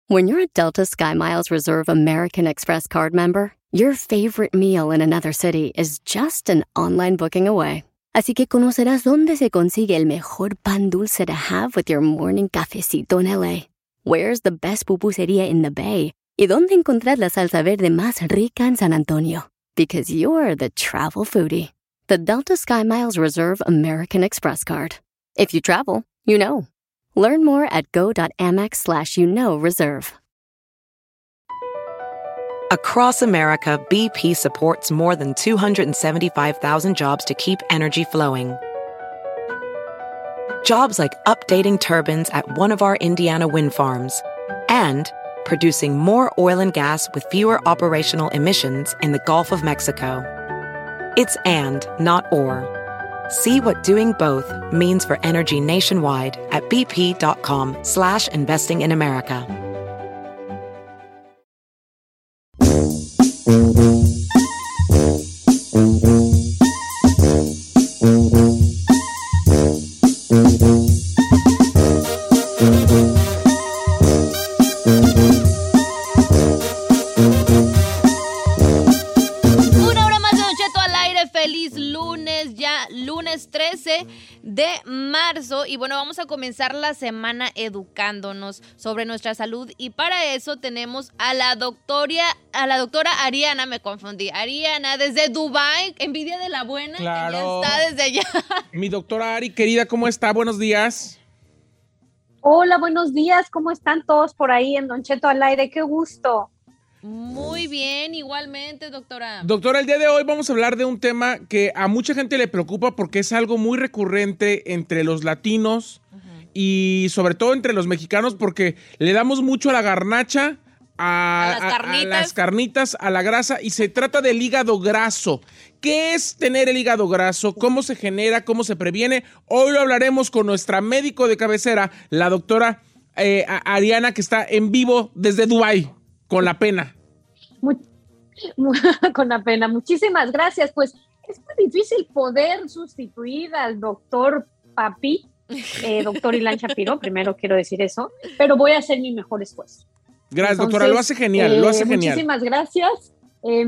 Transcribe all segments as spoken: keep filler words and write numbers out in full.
When you're a Delta SkyMiles Reserve American Express card member, your favorite meal in another city is just an online booking away. Así que conocerás dónde se consigue el mejor pan dulce to have with your morning cafecito en L A. Where's the best pupusería in the Bay? Y dónde encontrar la salsa verde más rica en San Antonio. Because you're the travel foodie. The Delta SkyMiles Reserve American Express card. If you travel, you know. Learn more at go.amex slash you know reserve. Across America, B P supports more than two hundred seventy-five thousand jobs to keep energy flowing. Jobs like updating turbines at one of our Indiana wind farms and producing more oil and gas with fewer operational emissions in the Gulf of Mexico. It's and, not or. See what doing both means for energy nationwide at bp.com slash investing in America. De marzo y bueno, vamos a comenzar la semana educándonos sobre nuestra salud y para eso tenemos a la doctora, a la doctora Ariana, me confundí, Ariana desde Dubai, envidia de la buena, claro. Ella está desde allá. Mi doctora Ari, querida, ¿cómo está? Buenos días. Hola, buenos días, ¿cómo están todos por ahí en Don Cheto al aire? Qué gusto. Muy bien, igualmente, doctora. Doctora, el día de hoy vamos a hablar de un tema que a mucha gente le preocupa porque es algo muy recurrente entre los latinos uh-huh. y sobre todo entre los mexicanos porque le damos mucho a la garnacha, a, a, las a, a las carnitas, a la grasa y se trata del hígado graso. ¿Qué es tener el hígado graso? ¿Cómo se genera? ¿Cómo se previene? Hoy lo hablaremos con nuestra médico de cabecera, la doctora eh, Ariana, que está en vivo desde Dubái, con la pena. Muy, muy, con la pena. Muchísimas gracias. Pues es muy difícil poder sustituir al doctor Papi, eh, doctor Ilan Shapiro, primero quiero decir eso, pero voy a hacer mi mejor esfuerzo. Gracias, Entonces, doctora, lo hace genial, eh, lo hace genial. Muchísimas gracias. Eh,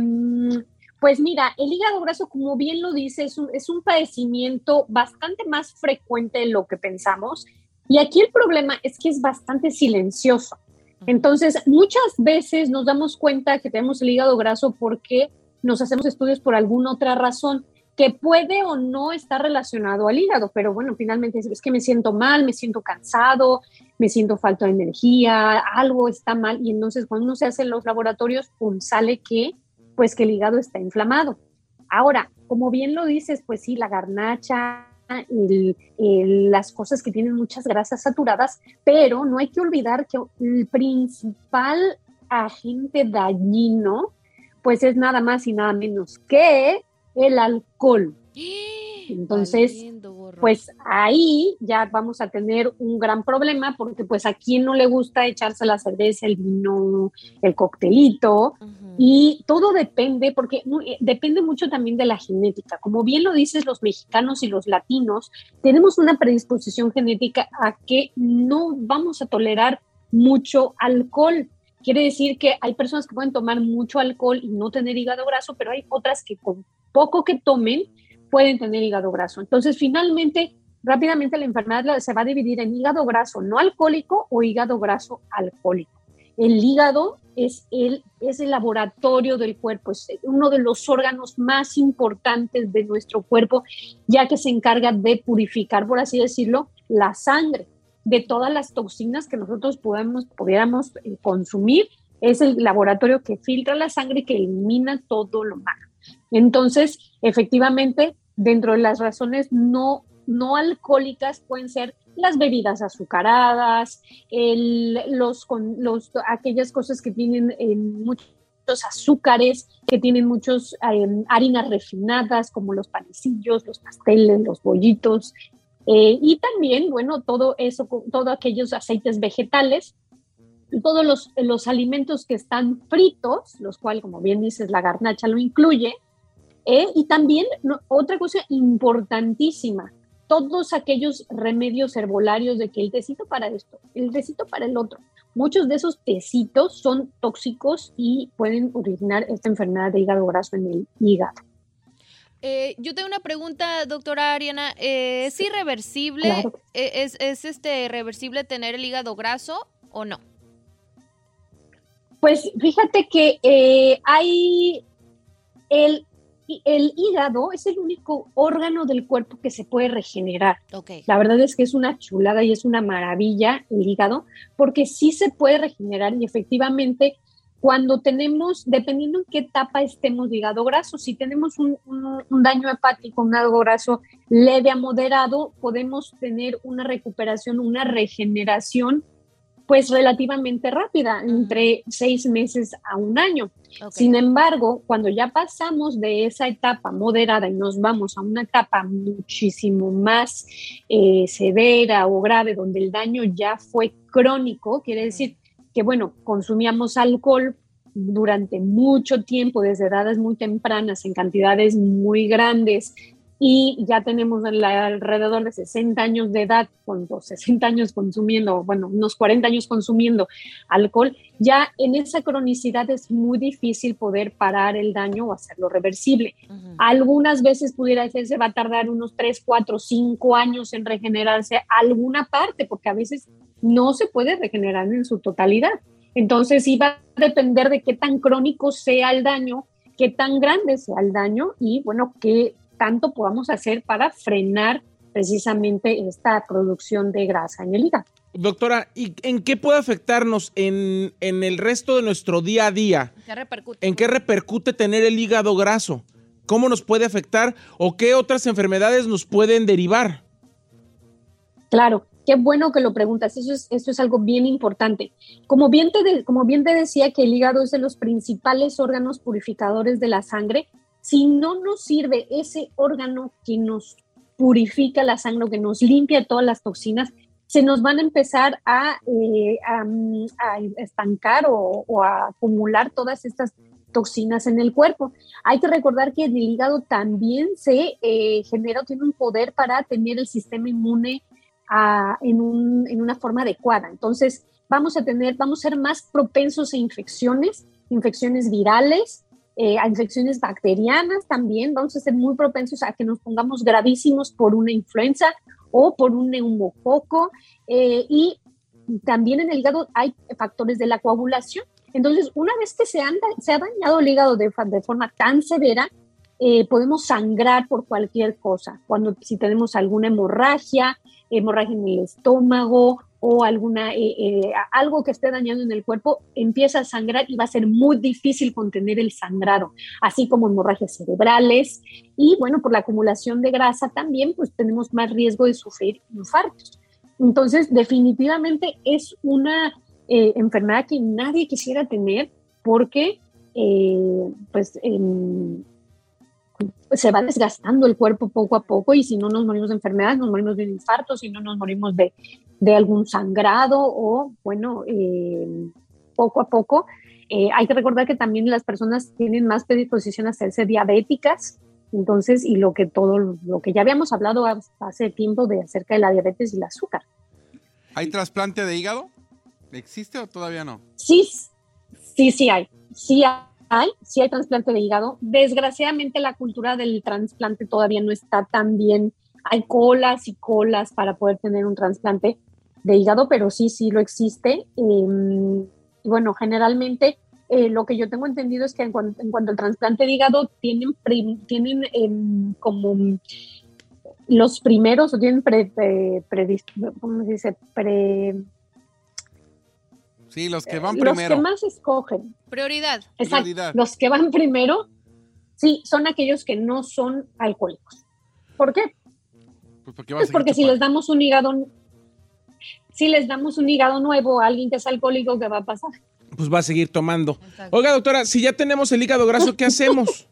pues mira, el hígado graso, como bien lo dice, es un, es un padecimiento bastante más frecuente de lo que pensamos y aquí el problema es que es bastante silencioso. Entonces, muchas veces nos damos cuenta que tenemos el hígado graso porque nos hacemos estudios por alguna otra razón que puede o no estar relacionado al hígado, pero bueno, finalmente es que me siento mal, me siento cansado, me siento falta de energía, algo está mal y entonces cuando uno se hace en los laboratorios, pues sale que, pues que el hígado está inflamado. Ahora, como bien lo dices, pues sí, la garnacha, El, el, las cosas que tienen muchas grasas saturadas, pero no hay que olvidar que el principal agente dañino pues es nada más y nada menos que el alcohol. Entonces, pues ahí ya vamos a tener un gran problema porque pues a quién no le gusta echarse la cerveza, el vino, el coctelito uh-huh. y todo depende porque depende mucho también de la genética. Como bien lo dices, los mexicanos y los latinos tenemos una predisposición genética a que no vamos a tolerar mucho alcohol. Quiere decir que hay personas que pueden tomar mucho alcohol y no tener hígado graso, pero hay otras que con poco que tomen pueden tener hígado graso. Entonces, finalmente, rápidamente la enfermedad se va a dividir en hígado graso no alcohólico o hígado graso alcohólico. El hígado es el, es el laboratorio del cuerpo, es uno de los órganos más importantes de nuestro cuerpo, ya que se encarga de purificar, por así decirlo, la sangre de todas las toxinas que nosotros podemos, pudiéramos eh, consumir. Es el laboratorio que filtra la sangre y que elimina todo lo malo. Entonces, efectivamente, dentro de las razones no, no alcohólicas pueden ser las bebidas azucaradas, el, los, con, los, aquellas cosas que tienen eh, muchos azúcares, que tienen muchos eh, harinas refinadas, como los panecillos, los pasteles, los bollitos, eh, y también, bueno, todo eso, todos aquellos aceites vegetales, todos los, los alimentos que están fritos, los cuales, como bien dices, la garnacha lo incluye, eh, y también no, otra cosa importantísima, todos aquellos remedios herbolarios de que el tecito para esto, el tecito para el otro. muchos de esos tecitos son tóxicos y pueden originar esta enfermedad de hígado graso en el hígado. Eh, yo tengo una pregunta, doctora Ariana. Eh, ¿Es irreversible? Claro. ¿Es, es este reversible tener el hígado graso o no? Pues fíjate que eh, hay el, el hígado es el único órgano del cuerpo que se puede regenerar. Okay. La verdad es que es una chulada y es una maravilla el hígado, porque sí se puede regenerar y efectivamente cuando tenemos, dependiendo en qué etapa estemos de hígado graso, si tenemos un, un, un daño hepático, un hígado graso leve a moderado, podemos tener una recuperación, una regeneración pues relativamente rápida, entre seis meses a un año. Okay. Sin embargo, cuando ya pasamos de esa etapa moderada y nos vamos a una etapa muchísimo más eh, severa o grave, donde el daño ya fue crónico, quiere decir que, bueno, consumíamos alcohol durante mucho tiempo, desde edades muy tempranas, en cantidades muy grandes, y ya tenemos alrededor de sesenta años de edad, con los sesenta años consumiendo, bueno, unos cuarenta años consumiendo alcohol, ya en esa cronicidad es muy difícil poder parar el daño o hacerlo reversible. Uh-huh. Algunas veces pudiera ser, se va a tardar unos tres, cuatro, cinco años en regenerarse alguna parte, porque a veces no se puede regenerar en su totalidad. Entonces sí va a depender de qué tan crónico sea el daño, qué tan grande sea el daño y, bueno, qué tanto podamos hacer para frenar precisamente esta producción de grasa en el hígado. Doctora, ¿y en qué puede afectarnos en, en el resto de nuestro día a día? ¿Qué repercute? ¿En qué repercute tener el hígado graso? ¿Cómo nos puede afectar o qué otras enfermedades nos pueden derivar? Claro, qué bueno que lo preguntas, eso es, eso es algo bien importante. Como bien, te de, como bien te decía que el hígado es de los principales órganos purificadores de la sangre, si no nos sirve ese órgano que nos purifica la sangre, que nos limpia todas las toxinas, se nos van a empezar a, eh, a, a estancar o, o a acumular todas estas toxinas en el cuerpo. Hay que recordar que el hígado también se eh, genera, tiene un poder para tener el sistema inmune a, en, un, en una forma adecuada. Entonces, vamos a tener, vamos a ser más propensos a infecciones, infecciones virales, Eh, a infecciones bacterianas también, vamos a ser muy propensos a que nos pongamos gravísimos por una influenza o por un neumococo eh, y también en el hígado hay factores de la coagulación. Entonces, una vez que se, anda, se ha dañado el hígado de, de forma tan severa, eh, podemos sangrar por cualquier cosa. Cuando si tenemos alguna hemorragia, hemorragia en el estómago, o alguna eh, eh, algo que esté dañando en el cuerpo, empieza a sangrar y va a ser muy difícil contener el sangrado, así como hemorragias cerebrales y bueno, por la acumulación de grasa también pues tenemos más riesgo de sufrir infartos. Entonces definitivamente es una eh, enfermedad que nadie quisiera tener porque eh, pues eh, se va desgastando el cuerpo poco a poco y si no nos morimos de enfermedades, nos morimos de un infarto, si no nos morimos de, de algún sangrado o, bueno, eh, poco a poco. Eh, hay que recordar que también las personas tienen más predisposición a hacerse diabéticas, entonces, y lo que todo, lo que ya habíamos hablado hace tiempo de acerca de la diabetes y el azúcar. ¿Hay trasplante de hígado? ¿Existe o todavía no? Sí, sí, sí hay. Sí hay. Hay, sí hay trasplante de hígado. Desgraciadamente la cultura del trasplante todavía no está tan bien. Hay colas y colas para poder tener un trasplante de hígado, pero sí, sí lo existe. Eh, y bueno, generalmente eh, lo que yo tengo entendido es que en cuanto, en cuanto al trasplante de hígado tienen, prim, tienen eh, como los primeros, o tienen pre, pre, pre, ¿cómo se dice? Pre... Sí, los que van los primero. Los que más escogen. Prioridad. Exacto. Prioridad. Los que van primero, sí, son aquellos que no son alcohólicos. ¿Por qué? Pues porque, pues porque si les damos un hígado, si les damos un hígado nuevo a alguien que es alcohólico, ¿qué va a pasar? Pues va a seguir tomando. Exacto. Oiga, doctora, si ya tenemos el hígado graso, ¿qué hacemos?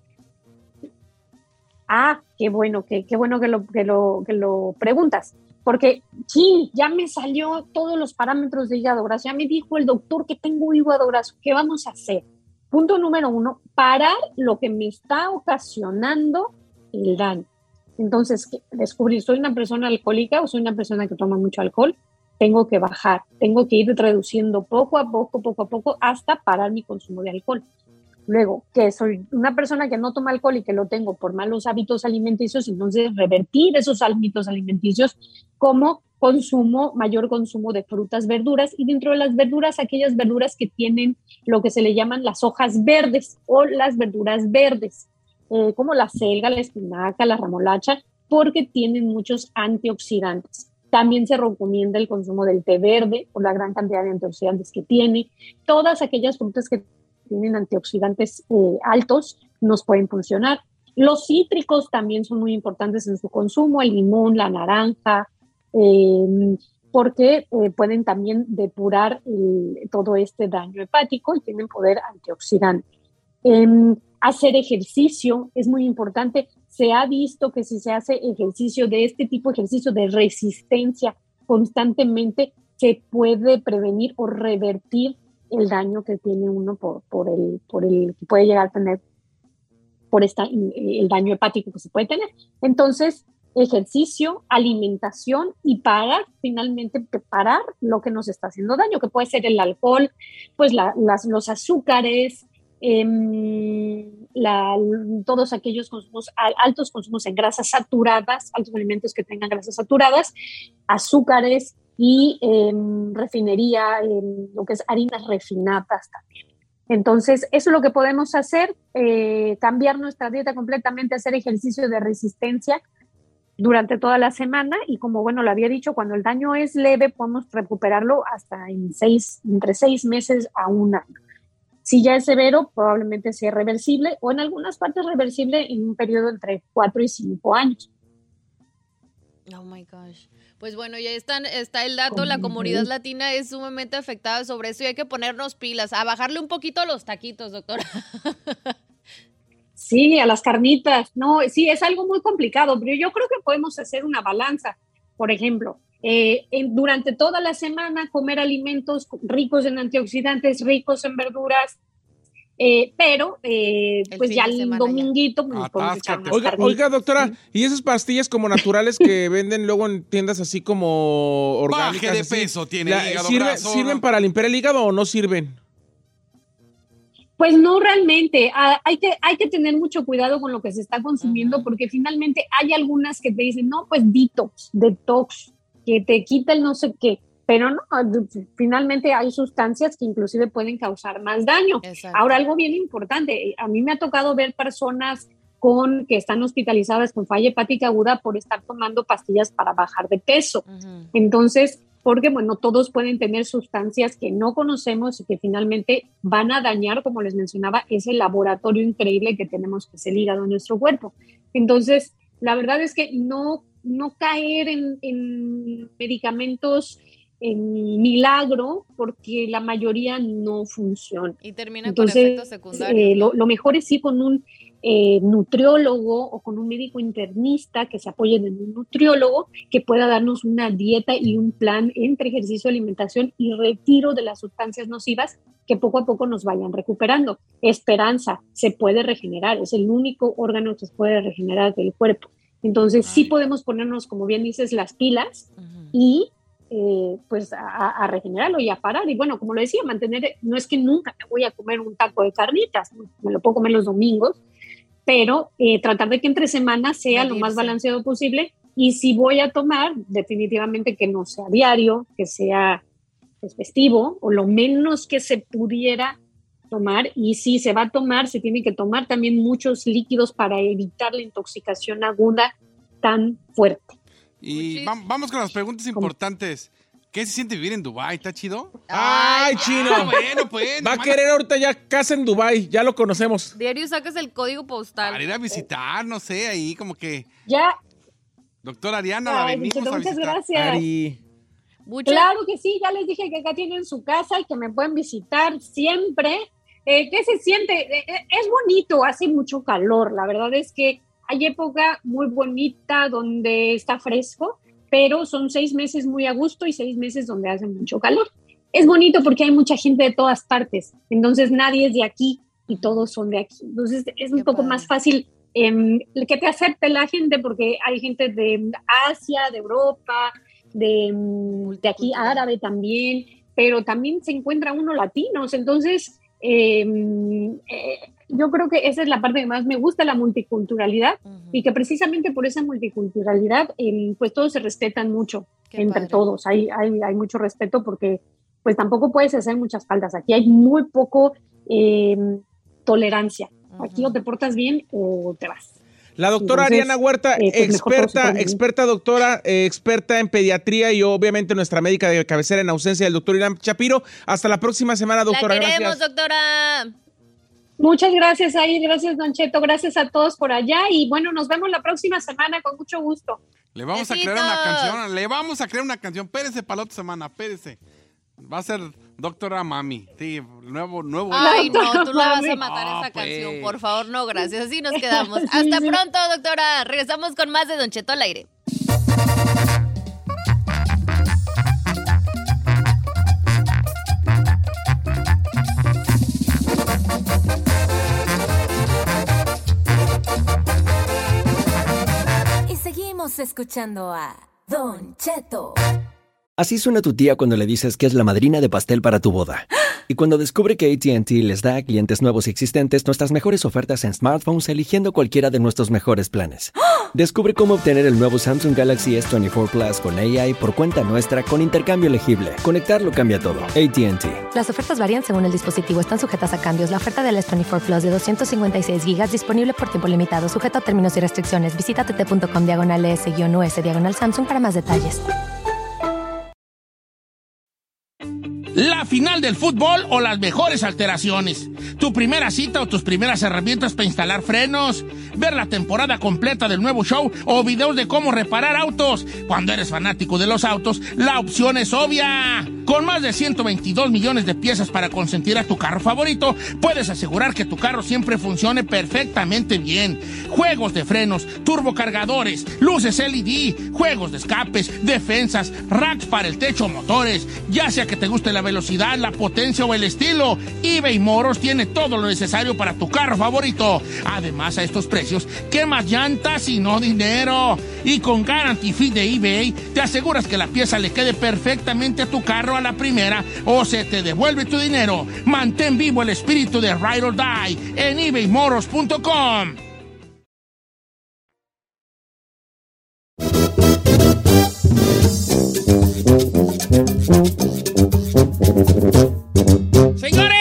Ah, qué bueno, qué, qué bueno que lo, que, lo, que lo preguntas. Porque, sí, ya me salió todos los parámetros de hígado graso. Ya me dijo el doctor que tengo hígado graso. ¿Qué vamos a hacer? Punto número uno, parar lo que me está ocasionando el daño. Entonces, descubrir, ¿soy una persona alcohólica o soy una persona que toma mucho alcohol? tengo que bajar, tengo que ir reduciendo poco a poco, poco a poco, hasta parar mi consumo de alcohol. Luego, que soy una persona que no toma alcohol y que lo tengo por malos hábitos alimenticios, entonces revertir esos hábitos alimenticios como consumo, mayor consumo de frutas, verduras, y dentro de las verduras, aquellas verduras que tienen lo que se le llaman las hojas verdes o las verduras verdes, eh, como la selga, la espinaca, la remolacha, porque tienen muchos antioxidantes. También se recomienda el consumo del té verde por la gran cantidad de antioxidantes que tiene. Todas aquellas frutas que tienen antioxidantes eh, altos nos pueden funcionar. Los cítricos también son muy importantes en su consumo, el limón, la naranja, eh, porque eh, pueden también depurar el, todo este daño hepático y tienen poder antioxidante. Eh, hacer ejercicio es muy importante. Se ha visto que si se hace ejercicio de este tipo, ejercicio de resistencia constantemente, se puede prevenir o revertir el daño que tiene uno por, por, el, por el que puede llegar a tener, por esta, el daño hepático que se puede tener. Entonces, ejercicio, alimentación y parar, finalmente parar lo que nos está haciendo daño, que puede ser el alcohol, pues la, las, los azúcares, eh, la, todos aquellos consumos, altos consumos en grasas saturadas, altos alimentos que tengan grasas saturadas, azúcares, y eh, refinería, eh, lo que es harinas refinadas también. Entonces, eso es lo que podemos hacer, eh, cambiar nuestra dieta completamente, hacer ejercicio de resistencia durante toda la semana, y como bueno lo había dicho, cuando el daño es leve podemos recuperarlo hasta en seis, entre seis meses a un año. Si ya es severo, probablemente sea reversible, o en algunas partes reversible en un periodo entre cuatro y cinco años. Oh my gosh. Pues bueno, ya están, está el dato, la comunidad latina es sumamente afectada sobre eso y hay que ponernos pilas, a bajarle un poquito a los taquitos, doctora. Sí, a las carnitas. No, sí, es algo muy complicado, pero yo creo que podemos hacer una balanza. Por ejemplo, eh, en, durante toda la semana comer alimentos ricos en antioxidantes, ricos en verduras, Eh, pero eh, pues ya el dominguito pues, podemos echar unas oiga, carnitas. oiga, doctora, ¿y esas pastillas como naturales que venden luego en tiendas así como orgánicas? Baje de así, peso, tiene la, hígado ¿sirve, graso, ¿Sirven ¿no? para limpiar el hígado o no sirven? Pues no realmente, ah, hay, que, hay que tener mucho cuidado con lo que se está consumiendo, uh-huh. porque finalmente hay algunas que te dicen, no, pues detox, detox, que te quita el no sé qué. Pero no, finalmente hay sustancias que inclusive pueden causar más daño. Exacto. Ahora, algo bien importante, a mí me ha tocado ver personas con que están hospitalizadas con falla hepática aguda por estar tomando pastillas para bajar de peso. Uh-huh. Entonces, porque bueno, todos pueden tener sustancias que no conocemos y que finalmente van a dañar, como les mencionaba, ese laboratorio increíble que tenemos, que es el hígado en nuestro cuerpo. Entonces, la verdad es que no, no caer en, en medicamentos en milagro, porque la mayoría no funciona. Y termina Entonces, con efectos secundarios. Eh, ¿no? lo, lo mejor es ir con un eh, nutriólogo o con un médico internista que se apoye en un nutriólogo que pueda darnos una dieta y un plan entre ejercicio, alimentación y retiro de las sustancias nocivas que poco a poco nos vayan recuperando. Esperanza, se puede regenerar, es el único órgano que se puede regenerar del cuerpo. Entonces, Ay. sí podemos ponernos, como bien dices, las pilas uh-huh. y Eh, pues a, a regenerarlo y a parar. Y bueno, como lo decía, mantener, no es que nunca me voy a comer un taco de carnitas, me lo puedo comer los domingos, pero eh, tratar de que entre semanas sea Medirse. lo más balanceado posible, y si voy a tomar, definitivamente que no sea diario, que sea pues, festivo, o lo menos que se pudiera tomar, y si se va a tomar, se tiene que tomar también muchos líquidos para evitar la intoxicación aguda tan fuerte. Y va, vamos con las preguntas importantes. ¿Qué se siente vivir en Dubái? ¿Está chido? ¡Ay, chino! Ah, bueno, pues. Va a querer ahorita ya casa en Dubái, ya lo conocemos. Diario sacas el código postal. Para ir a visitar, no sé, ahí como que... Ya. Doctora Ariana, la Ay, venimos a visitar. Muchas gracias. Ari. Mucho. Claro que sí, ya les dije que acá tienen su casa y que me pueden visitar siempre. Eh, ¿Qué se siente? Eh, es bonito, hace mucho calor. La verdad es que hay época muy bonita donde está fresco, pero son seis meses muy a gusto y seis meses donde hace mucho calor. Es bonito porque hay mucha gente de todas partes, entonces nadie es de aquí y todos son de aquí. Entonces es un Qué poco padre. más fácil eh, que te acepte la gente, porque hay gente de Asia, de Europa, de, de aquí árabe también, pero también se encuentra uno latinos. Entonces, eh, eh, yo creo que esa es la parte que más me gusta, la multiculturalidad, uh-huh. y que precisamente por esa multiculturalidad, eh, pues todos se respetan mucho. Qué entre padre. Todos. Hay, hay, hay mucho respeto porque pues tampoco puedes hacer muchas faltas. Aquí hay muy poco eh, tolerancia. Uh-huh. Aquí o te portas bien o te vas. La doctora Entonces, Ariana Huerta, eh, pues experta, experta doctora, eh, experta en pediatría y obviamente nuestra médica de cabecera en ausencia del doctor Irán Shapiro. Hasta la próxima semana, doctora. La queremos, gracias. doctora. Muchas gracias, Air. Gracias, Don Cheto. Gracias a todos por allá. Y bueno, nos vemos la próxima semana con mucho gusto. Le vamos Besitos. a crear una canción. Le vamos a crear una canción. Pérese para la otra semana. Pérese. Va a ser Doctora Mami. Sí, nuevo, nuevo. Ay, no, tú la vas a matar oh, esa pues. canción. Por favor, no, gracias. Así nos quedamos. Hasta sí, sí. pronto, doctora. Regresamos con más de Don Cheto al aire. Y seguimos escuchando a Don Cheto. Así suena tu tía cuando le dices que es la madrina de pastel para tu boda. Y cuando descubre que A T and T les da a clientes nuevos y existentes nuestras mejores ofertas en smartphones eligiendo cualquiera de nuestros mejores planes. Descubre cómo obtener el nuevo Samsung Galaxy S veinticuatro Plus con A I por cuenta nuestra con intercambio elegible. Conectarlo cambia todo. A T and T. Las ofertas varían según el dispositivo. Están sujetas a cambios. La oferta del S veinticuatro Plus de doscientos cincuenta y seis gigas disponible por tiempo limitado. Sujeto a términos y restricciones. Visita tt.com diagonal S-U S diagonal Samsung para más detalles. La final del fútbol o las mejores alteraciones. Tu primera cita o tus primeras herramientas para instalar frenos. Ver la temporada completa del nuevo show o videos de cómo reparar autos. Cuando eres fanático de los autos, la opción es obvia. Con más de ciento veintidós millones de piezas para consentir a tu carro favorito, puedes asegurar que tu carro siempre funcione perfectamente bien. Juegos de frenos, turbocargadores, luces L E D, juegos de escapes, defensas, racks para el techo o motores. Ya sea que te guste la velocidad, la potencia o el estilo, eBay Motors tiene todo lo necesario para tu carro favorito. Además, a estos precios, ¿qué más llantas y no dinero? Y con Guarantee Fee de eBay, te aseguras que la pieza le quede perfectamente a tu carro a la primera o se te devuelve tu dinero. Mantén vivo el espíritu de Ride or Die en ebay motors punto com. Señores,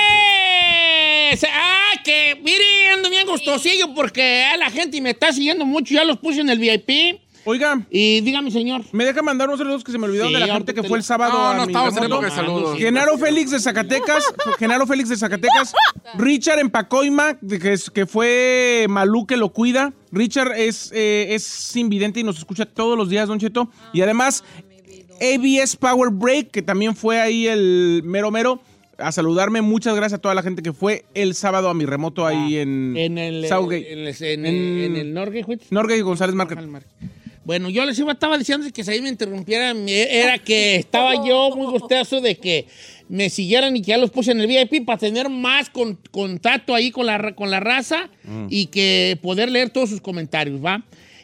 ah, que miren, ando bien gustosillo porque a la gente me está siguiendo mucho, ya los puse en el V I P. Oiga. Y dígame, señor. ¿Me deja mandar unos saludos que se me olvidaron sí, de la gente que fue el sábado? No, a no mi estamos en remoto? época de saludos. Genaro Félix de Zacatecas. Genaro Félix de Zacatecas. Richard en Pacoima, que, es, que fue Malú que lo cuida. Richard es, eh, es invidente y nos escucha todos los días, Don Cheto. Y además, A B S Power Break, que también fue ahí el mero mero. A saludarme, muchas gracias a toda la gente que fue el sábado a mi remoto ahí en, en el Southgate. En el, en, en, en el Norgate. Norgate y González Market. Bueno, yo les iba, estaba diciendo que si ahí me interrumpieran, era que estaba yo muy gustoso de que me siguieran y que ya los puse en el V I P para tener más con, contacto ahí con la, con la raza mm. y que poder leer todos sus comentarios, ¿va?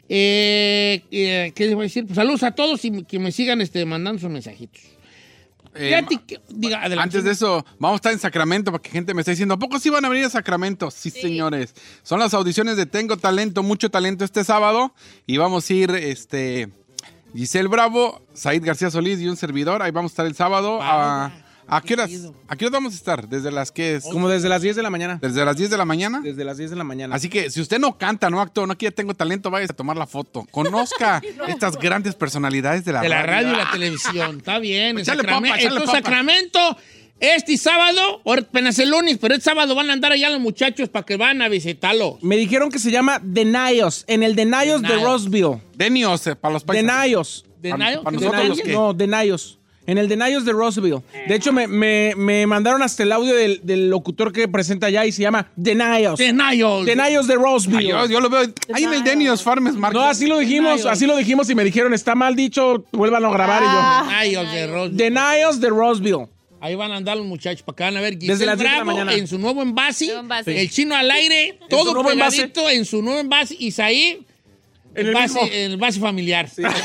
Eh, eh, ¿Qué les voy a decir? Pues saludos a todos y que me sigan este, mandando sus mensajitos. Eh, que, diga, antes de eso, vamos a estar en Sacramento porque gente me está diciendo, ¿a poco sí van a venir a Sacramento? Sí, sí, señores. Son las audiciones de Tengo Talento, Mucho Talento este sábado y vamos a ir este, Giselle Bravo, Said García Solís y un servidor. Ahí vamos a estar el sábado. A, ¿A qué horas? ¿A qué horas vamos a estar? ¿Desde las qué es? Como desde las diez de la mañana. ¿Desde las diez de la mañana? Desde las diez de la mañana. Así que si usted no canta, no actúa, no quiere Tengo Talento, vaya a tomar la foto. Conozca no. estas grandes personalidades de la de radio. De la radio y la televisión. Está bien. Pues en Sacramento, papa, Entonces, Sacramento, este sábado, apenas el lunes, pero este sábado van a andar allá los muchachos para que van a visitarlo. Me dijeron que se llama Denayos, en el Denayos de Roseville. Denios, eh, para los países. Denayos. ¿Denayos? ¿Para nosotros los qué? No, Denayos. En el Denayos de Roseville. De hecho, me, me, me mandaron hasta el audio del, del locutor que presenta allá y se llama Denayos. Denayos. Denayos de Roseville. Ay, yo, yo lo veo ahí en el Denios Farmers Market. No, así lo dijimos, Denayos. así lo dijimos y me dijeron, está mal dicho, vuélvanlo a grabar. Ah, y yo, Denayos de Roseville. Denayos de Roseville. Ahí van a andar los muchachos para que van a ver Giselle Desde las Bravo de la mañana. en su nuevo envase, envase. el Chino al aire, todo pegadito en su nuevo envase. Isaí, En el, base, mismo. en el base familiar. Sí. Oigan,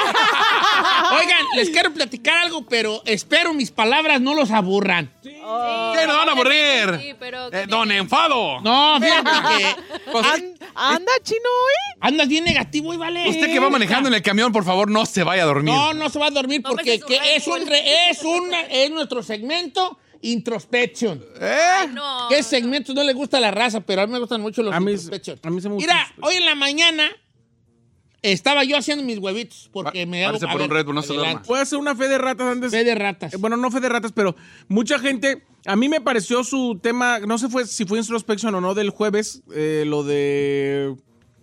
les quiero platicar algo, pero espero mis palabras no los aburran. Sí, oh. ¿Qué nos van a aburrir? Sí, pero eh, don Enfado. No, fíjate que... Pues, And, anda, chino, ¿eh? Andas bien negativo y vale. Usted que va manejando en el camión, por favor, no se vaya a dormir. No, no se va a dormir no porque que es, un re, es, una, es nuestro segmento Introspection. ¿Eh? Ay, no, ¿Qué segmentos no le gusta a la raza? Pero a mí me gustan mucho los a mí, Introspection. A mí se me gusta. Mira, hoy en la mañana estaba yo haciendo mis huevitos porque Va, me hago... por un Red Bull, no se duerma. Puede hacer una fe de ratas antes. Fe de ratas. Eh, bueno, no fe de ratas, pero mucha gente... A mí me pareció su tema, no sé fue, si fue Introspection o no, del jueves, eh, lo de...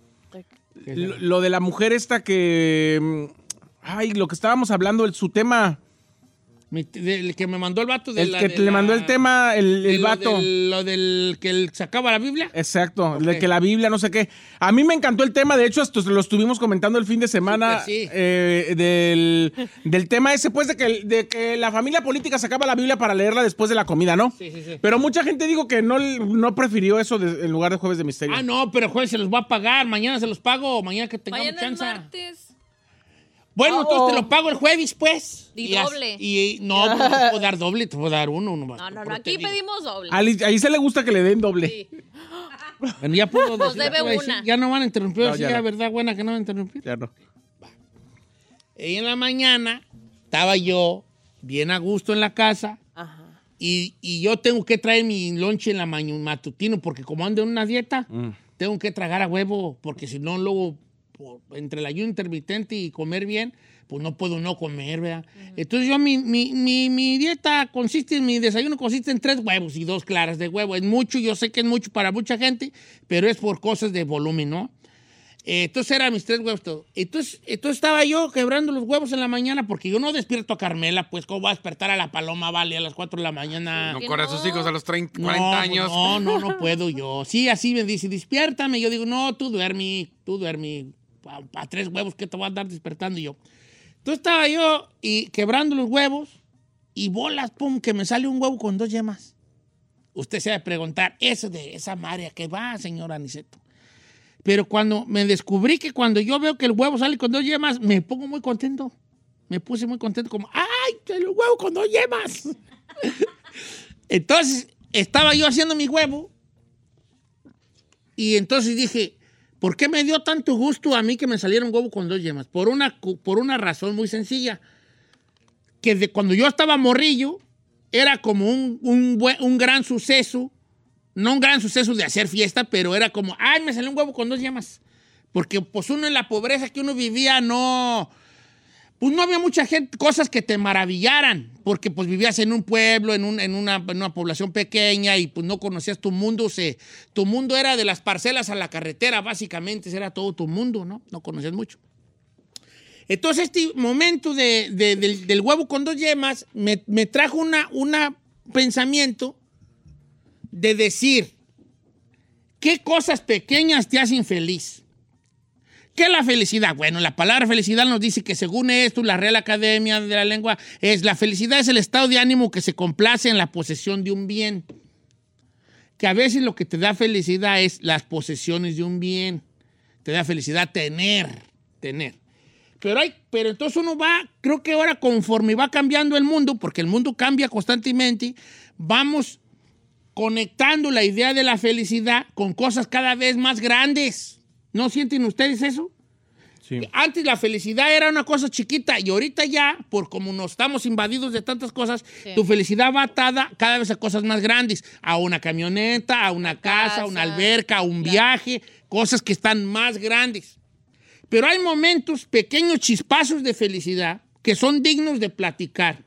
Lo, lo de la mujer esta que... Ay, lo que estábamos hablando, el, su tema... Mi, del que me mandó el vato. De el la, que de le la, mandó el tema, el, el lo vato. Del, lo del que él sacaba la Biblia. Exacto, okay. De que la Biblia, no sé qué. A mí me encantó el tema, de hecho, esto lo estuvimos comentando el fin de semana. Super, sí. eh, del, del tema ese, pues, de que, de que la familia política sacaba la Biblia para leerla después de la comida, ¿no? Sí, sí, sí. Pero mucha gente dijo que no, no prefirió eso de, en lugar de Jueves de Misterio. Ah, no, pero jueves se los va a pagar. Mañana se los pago, mañana que tengamos mañana chance. Mañana es martes. Bueno, oh, entonces te lo pago el jueves, pues. Y, y doble. Y, no, no te puedo dar doble, te puedo dar uno. uno más, no, no, no, aquí pedimos doble. Ahí, ahí se le gusta que le den doble. Sí. Bueno, ya puedo Nos debe una. Decir, ya no van a interrumpir, no, sí, ya la no. verdad buena que no van a interrumpir. Ya no. Va. Y en la mañana estaba yo bien a gusto en la casa. Ajá. Y, y yo tengo que traer mi lonche en la mañana matutino porque como ando en una dieta, mm. tengo que tragar a huevo porque si no luego por, entre el ayuno intermitente y comer bien, pues no puedo no comer, ¿verdad? Uh-huh. Entonces yo, mi, mi, mi, mi dieta consiste, mi desayuno consiste en tres huevos y dos claras de huevo. Es mucho, yo sé que es mucho para mucha gente, pero es por cosas de volumen, ¿no? Eh, entonces eran mis tres huevos todo. Entonces, entonces estaba yo quebrando los huevos en la mañana porque yo no despierto a Carmela, pues ¿cómo va a despertar a la Paloma Vale a las cuatro de la mañana? No corre a sus hijos a los treinta, no, cuarenta años. No, no, no puedo yo. Sí, así me dice, despiértame. Yo digo, no, tú duerme, tú duerme. A, a tres huevos, ¿qué te voy a andar despertando yo? Entonces estaba yo y quebrando los huevos y bolas, pum, que me sale un huevo con dos yemas. Usted se va a preguntar, eso de esa María, ¿qué va, señora Aniceto? Pero cuando me descubrí que cuando yo veo que el huevo sale con dos yemas, me pongo muy contento. Me puse muy contento, como, ¡ay, el huevo con dos yemas! Entonces, estaba yo haciendo mi huevo y entonces dije, ¿por qué me dio tanto gusto a mí que me saliera un huevo con dos yemas? Por una, por una razón muy sencilla. Que de cuando yo estaba morrillo, era como un, un, buen, un gran suceso. No un gran suceso de hacer fiesta, pero era como, ¡ay, me salió un huevo con dos yemas! Porque pues uno en la pobreza que uno vivía no... Pues no había mucha gente, cosas que te maravillaran, porque pues vivías en un pueblo, en, un, en, una, en una población pequeña y pues no conocías tu mundo. Se, tu mundo era de las parcelas a la carretera, básicamente, ese era todo tu mundo, ¿no? No conocías mucho. Entonces este momento de, de, del, del huevo con dos yemas me, me trajo un una pensamiento de decir, ¿qué cosas pequeñas te hacen feliz? ¿Qué es la felicidad? Bueno, la palabra felicidad nos dice que según esto, la Real Academia de la Lengua, es la felicidad es el estado de ánimo que se complace en la posesión de un bien. Que a veces lo que te da felicidad es las posesiones de un bien. Te da felicidad tener, tener. Pero, hay, pero entonces uno va, creo que ahora conforme va cambiando el mundo, porque el mundo cambia constantemente, vamos conectando la idea de la felicidad con cosas cada vez más grandes. ¿No sienten ustedes eso? Sí. Antes la felicidad era una cosa chiquita y ahorita ya, por como nos estamos invadidos de tantas cosas, sí. Tu felicidad va atada cada vez a cosas más grandes, a una camioneta, a una casa, casa, a una alberca, a un claro. viaje, cosas que están más grandes. Pero hay momentos, pequeños chispazos de felicidad que son dignos de platicar.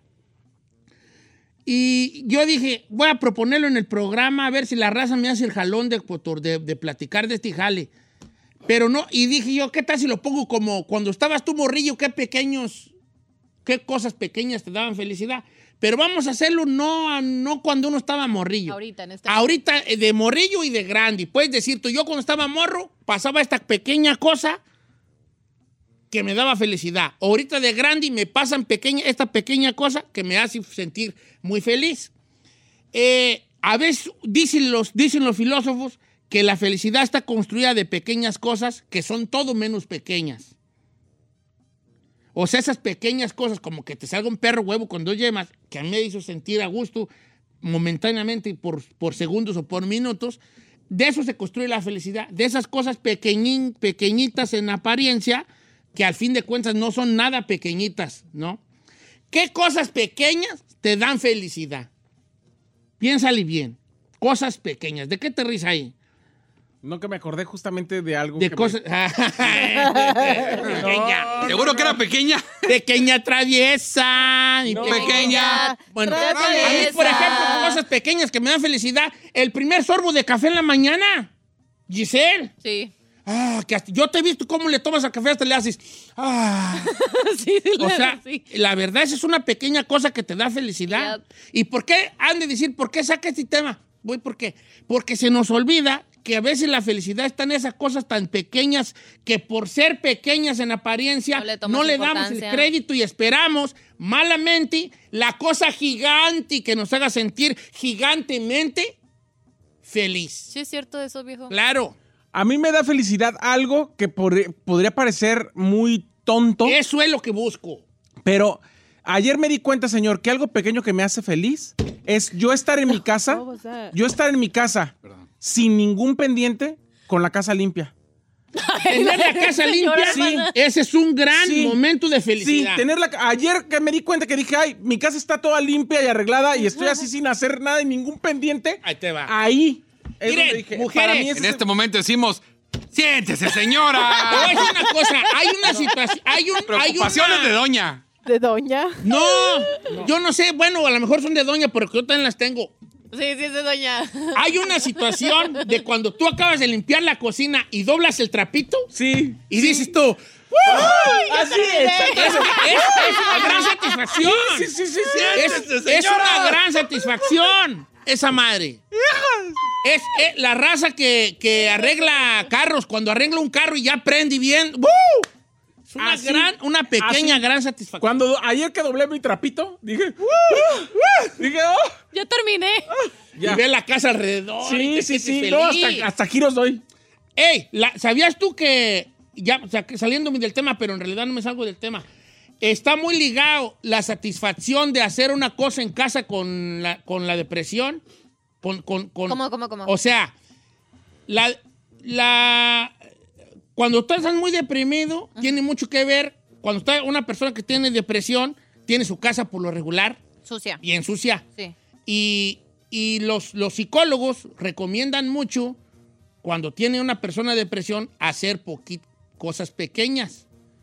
Y yo dije, voy a proponerlo en el programa a ver si la raza me hace el jalón de, de, de platicar de este jale. Pero no, y dije yo, ¿qué tal si lo pongo como cuando estabas tú morrillo, qué pequeños, qué cosas pequeñas te daban felicidad? Pero vamos a hacerlo no, no cuando uno estaba morrillo. Ahorita, en este Ahorita momento. De morrillo y de grande. Puedes decir tú, yo cuando estaba morro, pasaba esta pequeña cosa que me daba felicidad. Ahorita de grande me pasan pequeña, esta pequeña cosa que me hace sentir muy feliz. Eh, a veces dicen los, dicen los filósofos que la felicidad está construida de pequeñas cosas que son todo menos pequeñas. O sea, esas pequeñas cosas como que te salga un perro huevo con dos yemas, que a mí me hizo sentir a gusto momentáneamente por, por segundos o por minutos, de eso se construye la felicidad, de esas cosas pequeñín, pequeñitas en apariencia, que al fin de cuentas no son nada pequeñitas, ¿no? ¿Qué cosas pequeñas te dan felicidad? Piénsale bien. Cosas pequeñas. ¿De qué te ríes ahí? No, que me acordé justamente de algo. De que cosas. Me... pequeña. No, ¿seguro que era pequeña? Pequeña traviesa. Y no, pequeña. pequeña. Bueno, traviesa. A mí, por ejemplo, cosas pequeñas que me dan felicidad. El primer sorbo de café en la mañana. Giselle. Sí. Ah, que hasta, yo te he visto cómo le tomas al café hasta le haces. Ah. sí, sí, o sea, sí. La verdad, esa es una pequeña cosa que te da felicidad. Yep. ¿Y por qué? Han de decir, ¿por qué saca este tema? Voy, ¿por qué? Porque se nos olvida que a veces la felicidad está en esas cosas tan pequeñas que por ser pequeñas en apariencia no le, no le damos el crédito y esperamos malamente la cosa gigante que nos haga sentir gigantemente feliz. Sí, es cierto eso, viejo. Claro. A mí me da felicidad algo que por, podría parecer muy tonto. Eso es lo que busco. Pero ayer me di cuenta, señor, que algo pequeño que me hace feliz es yo estar en mi casa, yo estar en mi casa Perdón. sin ningún pendiente, con la casa limpia. Tener la casa limpia, sí. Ese es un gran sí. momento de felicidad. Sí, tener la, ayer que me di cuenta que dije, ay, mi casa está toda limpia y arreglada y estoy así sin hacer nada y ningún pendiente. Ahí te va. Ahí. Miren, dije, mujeres, en este es... momento decimos, siéntese, señora. Te voy a decir una cosa, hay una situación, hay un... Preocupaciones hay una... de doña. ¿De doña? No, no, yo no sé, bueno, a lo mejor son de doña, pero que yo también las tengo. Sí, sí, es de doña. Hay una situación de cuando tú acabas de limpiar la cocina y doblas el trapito. Sí. Y sí. dices tú... Así es. Es, es, es una gran satisfacción. Sí, sí, sí, sí, sí. Es, es una gran satisfacción. Esa madre. Es, es la raza que, que arregla carros. Cuando arregla un carro y ya prende bien. ¡Uh! Es una, así, gran, una pequeña así. gran satisfacción. Cuando ayer que doblé mi trapito, dije... ¡Uh! ¡Uh! Dije, oh. Ya terminé. Uh, ya. Y ve la casa alrededor. Sí, sí, sí. No, hasta, hasta giros doy. Ey, la, ¿sabías tú que... Ya, o sea, saliéndome del tema, pero en realidad no me salgo del tema. Está muy ligado la satisfacción de hacer una cosa en casa con la, con la depresión. Con, con, con, ¿Cómo, cómo, cómo? O sea, la, la, cuando estás muy deprimido, uh-huh. tiene mucho que ver. Cuando está una persona que tiene depresión, tiene su casa por lo regular. Sucia. Bien sucia. Sí. Y, y los, los psicólogos recomiendan mucho, cuando tiene una persona de depresión, hacer poquito, cosas pequeñas.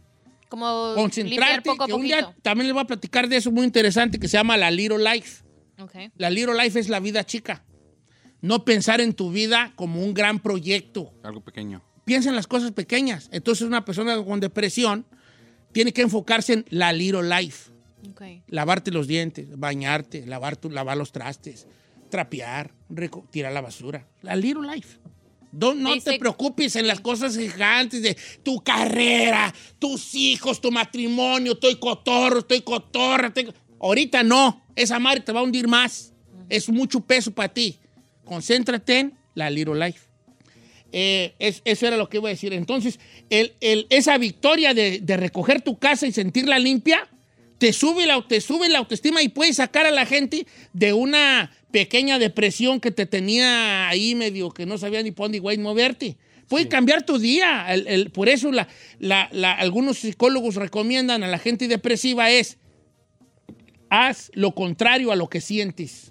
Como concentrarte, poco a que un día también les voy a platicar de eso muy interesante que se llama la Little Life. Okay. La Little Life es la vida chica. No pensar en tu vida como un gran proyecto. Algo pequeño. Piensa en las cosas pequeñas. Entonces una persona con depresión tiene que enfocarse en la Little Life. Okay. Lavarte los dientes, bañarte, lavar, tu, lavar los trastes, trapear, tirar la basura. La Little Life. No, no te preocupes en las cosas gigantes de tu carrera, tus hijos, tu matrimonio, estoy cotorro, estoy cotorra. Estoy... Ahorita no, esa madre te va a hundir más. Uh-huh. Es mucho peso para ti. Concéntrate en la Little Life. Eh, es, eso era lo que iba a decir. Entonces, el, el, esa victoria de, de recoger tu casa y sentirla limpia, te sube, la, te sube la autoestima y puedes sacar a la gente de una pequeña depresión que te tenía ahí medio que no sabía ni por dónde güey moverte. Puede sí. cambiar tu día. El, el, por eso la, la, la, algunos psicólogos recomiendan a la gente depresiva es haz lo contrario a lo que sientes.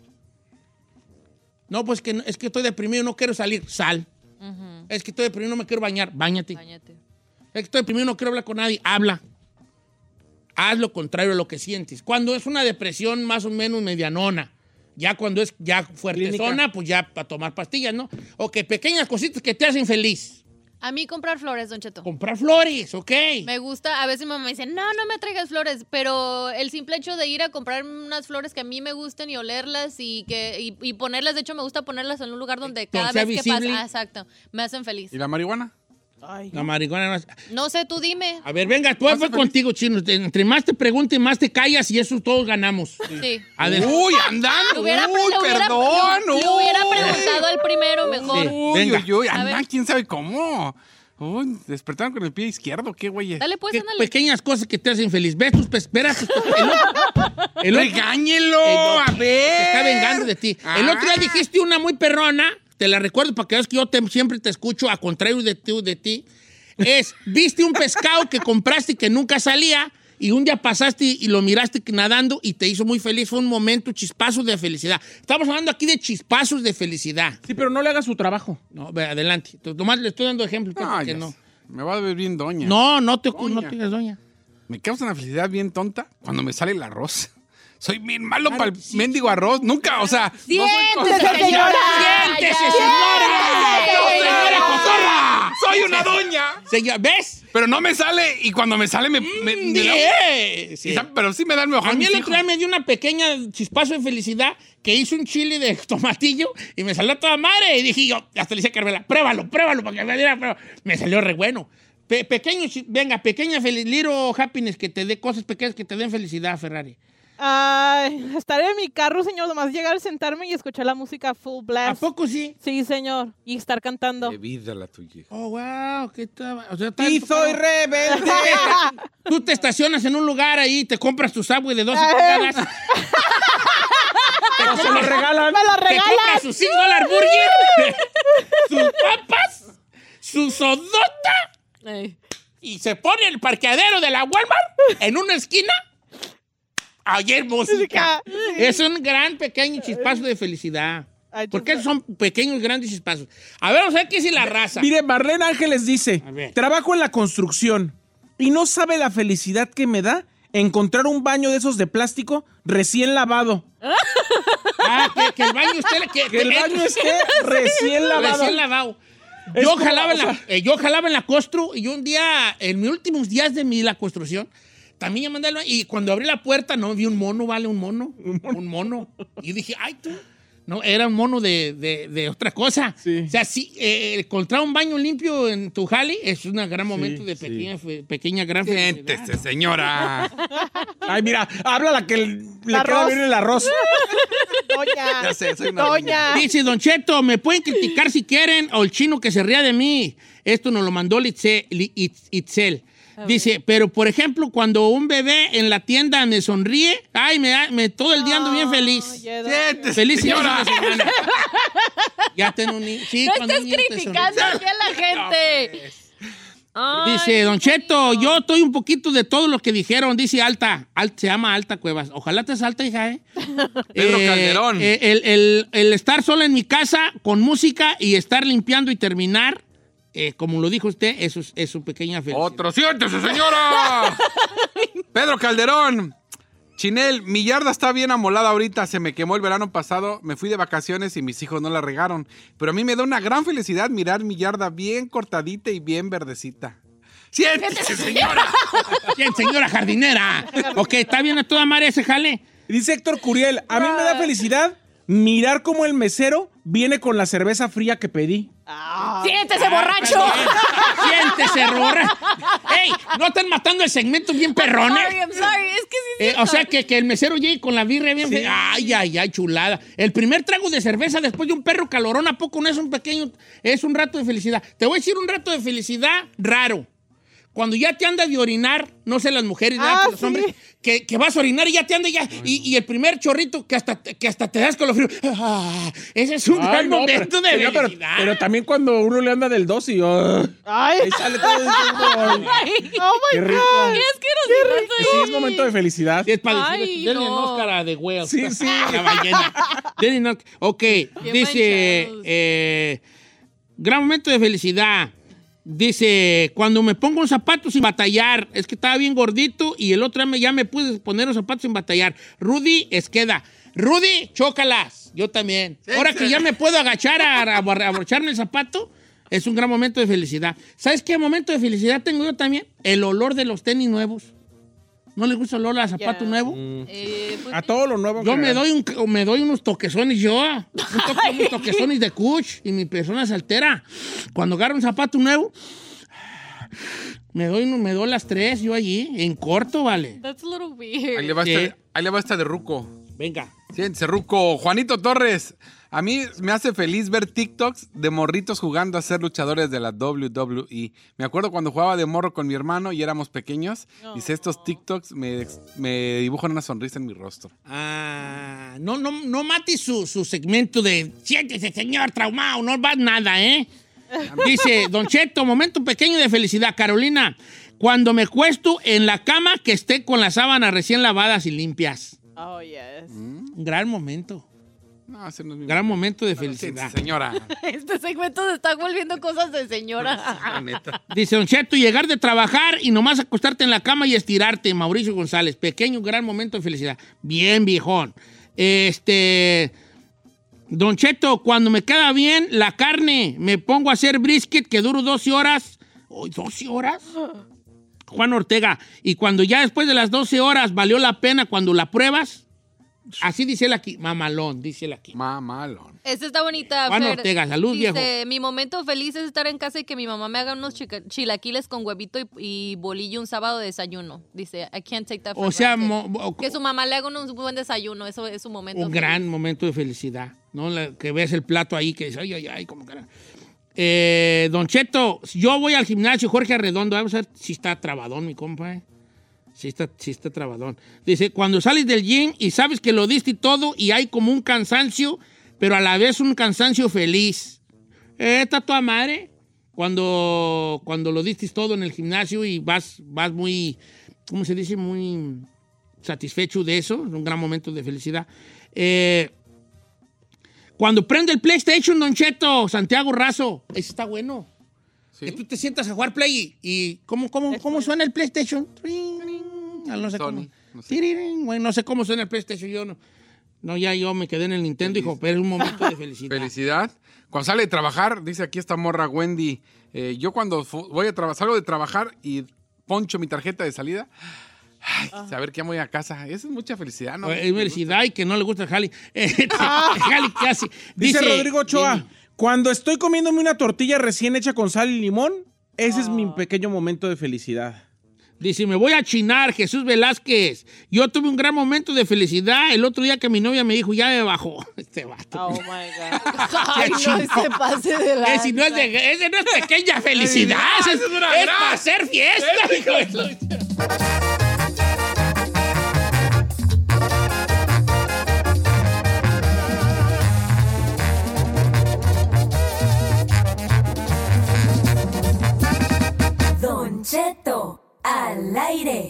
No, pues que, es que estoy deprimido, no quiero salir. Sal. Uh-huh. Es que estoy deprimido, no me quiero bañar. Báñate. Báñate. Es que estoy deprimido, no quiero hablar con nadie. Habla. Haz lo contrario a lo que sientes. Cuando es una depresión más o menos medianona, ya cuando es ya fuertezona, pues ya para tomar pastillas, ¿no? O que pequeñas cositas que te hacen feliz. A mí comprar flores, Don Cheto. Comprar flores, ok. Me gusta, a veces mi mamá me dice, no, no me traigas flores, pero el simple hecho de ir a comprar unas flores que a mí me gusten y olerlas y que y, y ponerlas, de hecho me gusta ponerlas en un lugar donde cada vez visible. que pasa, ah, exacto, me hacen feliz. ¿Y la marihuana? Ay, la marihuana no... no sé, tú dime. A ver, venga, tú fue contigo, Chino. Entre más te preguntes, más te callas y eso todos ganamos. Sí. A ver. Uy, andando. Hubiera, Uy, le hubiera, perdón. Le, le hubiera preguntado al primero, mejor. Sí, uy, venga. uy, uy, A anda, ver. quién sabe cómo. Uy, despertaron con el pie izquierdo, qué güey. Dale, pues, ¿Qué ándale. pequeñas cosas que te hacen feliz? ¿Ves tus esperas? El otro, el otro- Regáñelo, el otro- a ver. Se está vengando de ti. El otro día Ah. dijiste una muy perrona, te la recuerdo para que veas que yo te- siempre te escucho, a contrario de, ti- de ti. Es, viste un pescado que compraste y que nunca salía, y un día pasaste y lo miraste nadando y te hizo muy feliz. Fue un momento, chispazos de felicidad. Estamos hablando aquí de chispazos de felicidad. Sí, pero no le haga su trabajo. No, ve, adelante. Nomás le estoy dando ejemplos. No, que ya no. sé. Me va a ver bien doña. No, no te, Doña. no te digas doña. Me causa una felicidad bien tonta cuando me sale el arroz. Soy bien malo para el mendigo arroz. Nunca, o sea, no soy Siéntese, cosa- señora. ¡Siéntese, Ya, señora! ya. ¡Señora cotorra! ¡Soy una doña! Señor, ¿ves? Pero no me sale y cuando me sale me... me- me da- Yeah. Sí. y sa- pero sí me da el mejor A mí mis el hijos. otro día me dio una pequeña chispazo de felicidad que hice un chile de tomatillo y me salió toda madre. Y dije yo, hasta le dije a Carmela, pruébalo, pruébalo para que me diera prueba. Me salió re bueno. Pe- pequeño, chi- venga, pequeña felicidad, little happiness, que te dé cosas pequeñas que te den felicidad, Ferrari. Ay, estaré en mi carro, señor, nomás llegar, sentarme y escuchar la música full ¿A blast. poco sí? Sí, señor. Y estar cantando. De vida la tuya. Oh, wow, ¿qué tal? O sea, está Y en tu soy carro. rebelde. Tú te estacionas en un lugar ahí, te compras tu Subway de doce Ay. pulgadas. O se lo regalan. ¡Me lo Te compras regalas! su cinco dólar burger, sus papas, su sodota Ey. y se pone el parqueadero de la Walmart en una esquina. Ayer música. Es un gran pequeño chispazo de felicidad. Ay, Porque chusma. son pequeños grandes chispazos. A ver, vamos a ver qué dice la raza. Mire, Marlene Ángeles dice, A ver. trabajo en la construcción y no sabe la felicidad que me da encontrar un baño de esos de plástico recién lavado. Ah, que, que el baño esté... Que, Que el baño esté recién lavado. Recién lavado. Es Yo como, jalaba, en o la, sea- eh, yo jalaba en la costru y un día, en mis últimos días de mi la construcción, también ya mandé al baño, y cuando abrí la puerta, no, vi un mono, ¿vale? Un mono. Un mono. Y yo dije, ay, tú. No, era un mono de, de, de otra cosa. Sí. O sea, sí, eh, encontrar un baño limpio en tu jali es un gran momento de sí. pequeña, fe- pequeña gran felicidad. Siéntese, señora. Ay, mira, habla la que le le Arroz. queda bien el arroz. Doña. Ya sé, soy una Doña. Dice, Don Cheto, me pueden criticar si quieren, o el chino que se ría de mí. Esto nos lo mandó Litze- Li- Itz- Itzel. Dice, pero por ejemplo, cuando un bebé en la tienda me sonríe, ay, me, da- me todo el día ando bien feliz. Oye, Siéntese, Feliz señora. inicio de semana. Ya tengo un niño. Sí, No cuando estés un niño te criticando sonríe. aquí a la gente. Ay, Dice, Don qué Cheto, bonito. yo estoy un poquito de todo lo que dijeron. Dice Alta, Alta se llama Alta Cuevas. Ojalá te salta, hija, ¿eh? Pedro Eh, Calderón. eh, el, el- el estar sola en mi casa con música y estar limpiando y terminar, eh, como lo dijo usted, eso es, es su pequeña felicidad. Otro, siéntese, señora. Pedro Calderón. Chinel, mi yarda está bien amolada ahorita. Se me quemó el verano pasado. Me fui de vacaciones y mis hijos no la regaron. Pero a mí me da una gran felicidad mirar mi yarda bien cortadita y bien verdecita. ¡Siéntese, señora! Bien, señora jardinera. Ok, está bien a toda madre ese jale. Dice Héctor Curiel, a mí me da felicidad mirar cómo el mesero viene con la cerveza fría que pedí. ¡Siéntese, borracho! Siéntese, borracho. ¡Ey! ¿No están matando el segmento bien perrones? Sorry, I'm sorry. Es que sí, Eh, o sea, que, que el mesero llegue con la birria bien... fe- Ay, ay, ay, chulada. El primer trago de cerveza después de un perro calorón, ¿a poco no es un pequeño... Es un rato de felicidad? Te voy a decir un rato de felicidad raro. Cuando ya te andas de orinar, no sé las mujeres, ¿verdad? Ah, Pero los sí. hombres, que, que vas a orinar y ya te anda ya... Y, y el primer chorrito que hasta, que hasta te das con lo frío. Ah, ese es un Ay, gran no, momento pero, de señor, pero, felicidad. pero también cuando uno le anda del dos y... ah, Ay. ahí sale todo eso. Ay, Oh my qué rico. God. ¿Qué es que nos rato Sí, es momento de felicidad. Es para Ay, decir, denle no. un Oscar a The Whale. Sí, sí. La ballena. Denle un Oscar. Ok, dice, manchados. eh, gran momento de felicidad. Dice, cuando me pongo un zapato sin batallar, es que estaba bien gordito y el otro día me- ya me pude poner los zapatos sin batallar. Rudy Esqueda. Rudy, chócalas. Yo también. Ahora que ya me puedo agachar a, a, a abrocharme el zapato, es un gran momento de felicidad. ¿Sabes qué momento de felicidad tengo yo también? El olor de los tenis nuevos. ¿No les gusta el olor a zapato Yeah. nuevo? Eh, pues, A todo lo nuevo. Yo que me hagan. doy, un, me doy unos toquezones yo, un toque- unos toquezones de Kush y mi persona se altera. Cuando agarro un zapato nuevo, me doy, uno- me doy las tres yo allí, en corto, vale. that's a little Ahí weird. le va Sí. esta, ahí le va esta de Ruco. Venga. Siéntese, Ruco. Juanito Torres. A mí me hace feliz ver TikToks de morritos jugando a ser luchadores de la doble u doble u E. Me acuerdo cuando jugaba de morro con mi hermano y éramos pequeños. Oh. Dice, estos TikToks me, me dibujan una sonrisa en mi rostro. Ah, no, no, no mate su, su segmento de siéntese, señor traumado, no va nada, ¿eh? Dice, Don Cheto, momento pequeño de felicidad. Carolina, cuando me cuesto en la cama que esté con las sábanas recién lavadas y limpias. Oh, yes. Un gran momento. No, ese no es mi gran momento de felicidad. Sí, señora. Este segmento se está volviendo cosas de señora. Dice, Don Cheto, llegar de trabajar y nomás acostarte en la cama y estirarte. Mauricio González, pequeño, gran momento de felicidad. Bien, viejón. Este... Don Cheto, cuando me queda bien la carne, me pongo a hacer brisket que duro doce horas. ¿Oh, ¿doce horas? Juan Ortega. Y cuando ya después de las doce horas valió la pena cuando la pruebas, así dice él aquí. Mamalón, dice él aquí. Mamalón. Esta está bonita, Juan Fer. Ortega, salud, Dice, viejo. mi momento feliz es estar en casa y que mi mamá me haga unos chica- chilaquiles con huevito y, y bolillo un sábado de desayuno. Dice, I can't take that for O sea, granted. mo- que su mamá le haga un buen desayuno, eso es su momento Un feliz. gran momento de felicidad, ¿no? La- que ves el plato ahí, que dices, ay, ay, ay, como que... Eh, Don Cheto, yo voy al gimnasio Jorge Arredondo, vamos a ver si está trabadón, mi compa, ¿eh? Sí está, sí está trabadón. Dice, cuando sales del gym y sabes que lo diste y todo y hay como un cansancio, pero a la vez un cansancio feliz. Eh, está toda madre. Cuando, cuando lo diste todo en el gimnasio y vas, vas muy, ¿cómo se dice? Muy satisfecho de eso. Es un gran momento de felicidad. Eh, cuando prende el PlayStation, Don Cheto, Santiago Razo, eso está bueno. ¿Sí? Que tú te sientas a jugar Play y, y ¿cómo, cómo, cómo suena el PlayStation? No sé cómo. No sé. Bueno, no sé cómo suena el PlayStation. Yo no, no, ya yo me quedé en el Nintendo, hijo, pero es un momento de felicidad. Felicidad. Cuando sale de trabajar, dice aquí esta morra Wendy, eh, yo cuando voy a trabajar, salgo de trabajar y poncho mi tarjeta de salida, ay, ah. saber que voy a casa, eso es mucha felicidad, ¿no? Es felicidad y que no le gusta el jali. Ah. Jali casi. Dice, dice Rodrigo Ochoa, dime. Cuando estoy comiéndome una tortilla recién hecha con sal y limón, ese oh. es mi pequeño momento de felicidad. Dice, me voy a chinar, Jesús Velázquez. Yo tuve un gran momento de felicidad el otro día que mi novia me dijo, ya me bajó. Este vato. Oh, my God. Ay, no se pase de la... Ese no es, de, ese no es pequeña felicidad. Ay, ese es, es para hacer fiesta, hijo. Don Cheto al aire.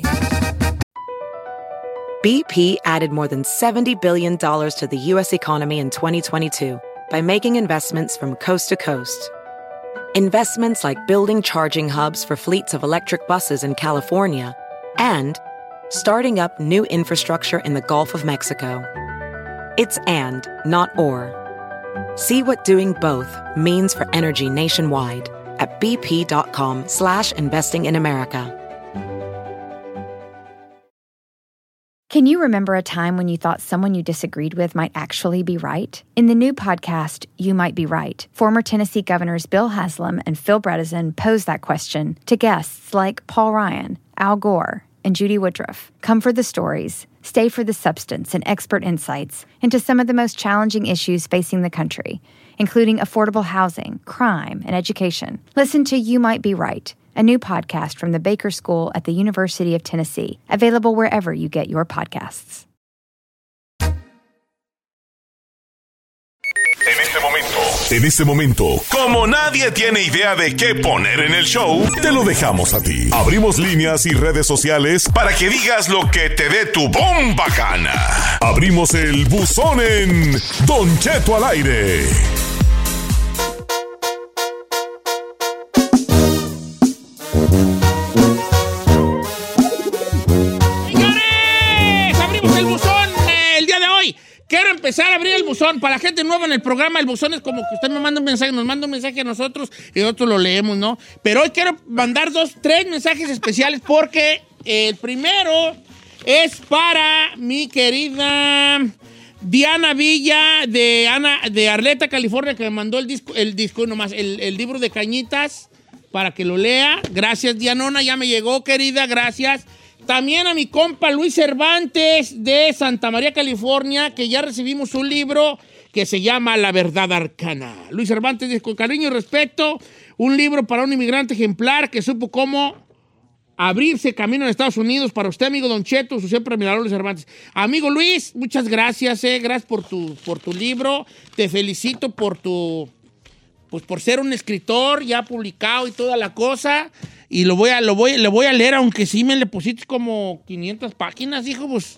B P added more than seventy billion dollars to the U S economy in twenty twenty-two by making investments from coast to coast. Investments like building charging hubs for fleets of electric buses in California and starting up new infrastructure in the Gulf of Mexico. It's and, not or. See what doing both means for energy nationwide at bp.com slash investing in America. Can you remember a time when you thought someone you disagreed with might actually be right? In the new podcast, You Might Be Right, former Tennessee governors Bill Haslam and Phil Bredesen pose that question to guests like Paul Ryan, Al Gore, and Judy Woodruff. Come for the stories, stay for the substance and expert insights into some of the most challenging issues facing the country, including affordable housing, crime, and education. Listen to You Might Be Right, a new podcast from the Baker School at the University of Tennessee, available wherever you get your podcasts. En este momento, en este momento, como nadie tiene idea de qué poner en el show, te lo dejamos a ti. Abrimos líneas y redes sociales para que digas lo que te dé tu bomba gana. Abrimos el buzón en Don Cheto al aire. Señores, abrimos el buzón eh, el día de hoy. Quiero empezar a abrir el buzón. Para la gente nueva en el programa, el buzón es como que usted me manda un mensaje, nos manda un mensaje a nosotros y nosotros lo leemos, ¿no? Pero hoy quiero mandar dos, tres mensajes especiales porque el primero es para mi querida Diana Villa de, Ana, de Arleta, California, que me mandó el disco, el disco nomás, el, el libro de Cañitas para que lo lea. Gracias, Dianona, ya me llegó, querida, gracias. También a mi compa Luis Cervantes de Santa María, California, que ya recibimos un libro que se llama La Verdad Arcana. Luis Cervantes dice, con cariño y respeto, un libro para un inmigrante ejemplar que supo cómo abrirse camino en Estados Unidos. Para usted, amigo Don Cheto, su siempre admirador Luis Cervantes. Amigo Luis, muchas gracias, eh, gracias por tu, por tu libro. Te felicito por tu, pues por ser un escritor ya publicado y toda la cosa. Y lo voy a, lo voy, le voy a leer, aunque sí me le pusiste como quinientas páginas, hijo, pues.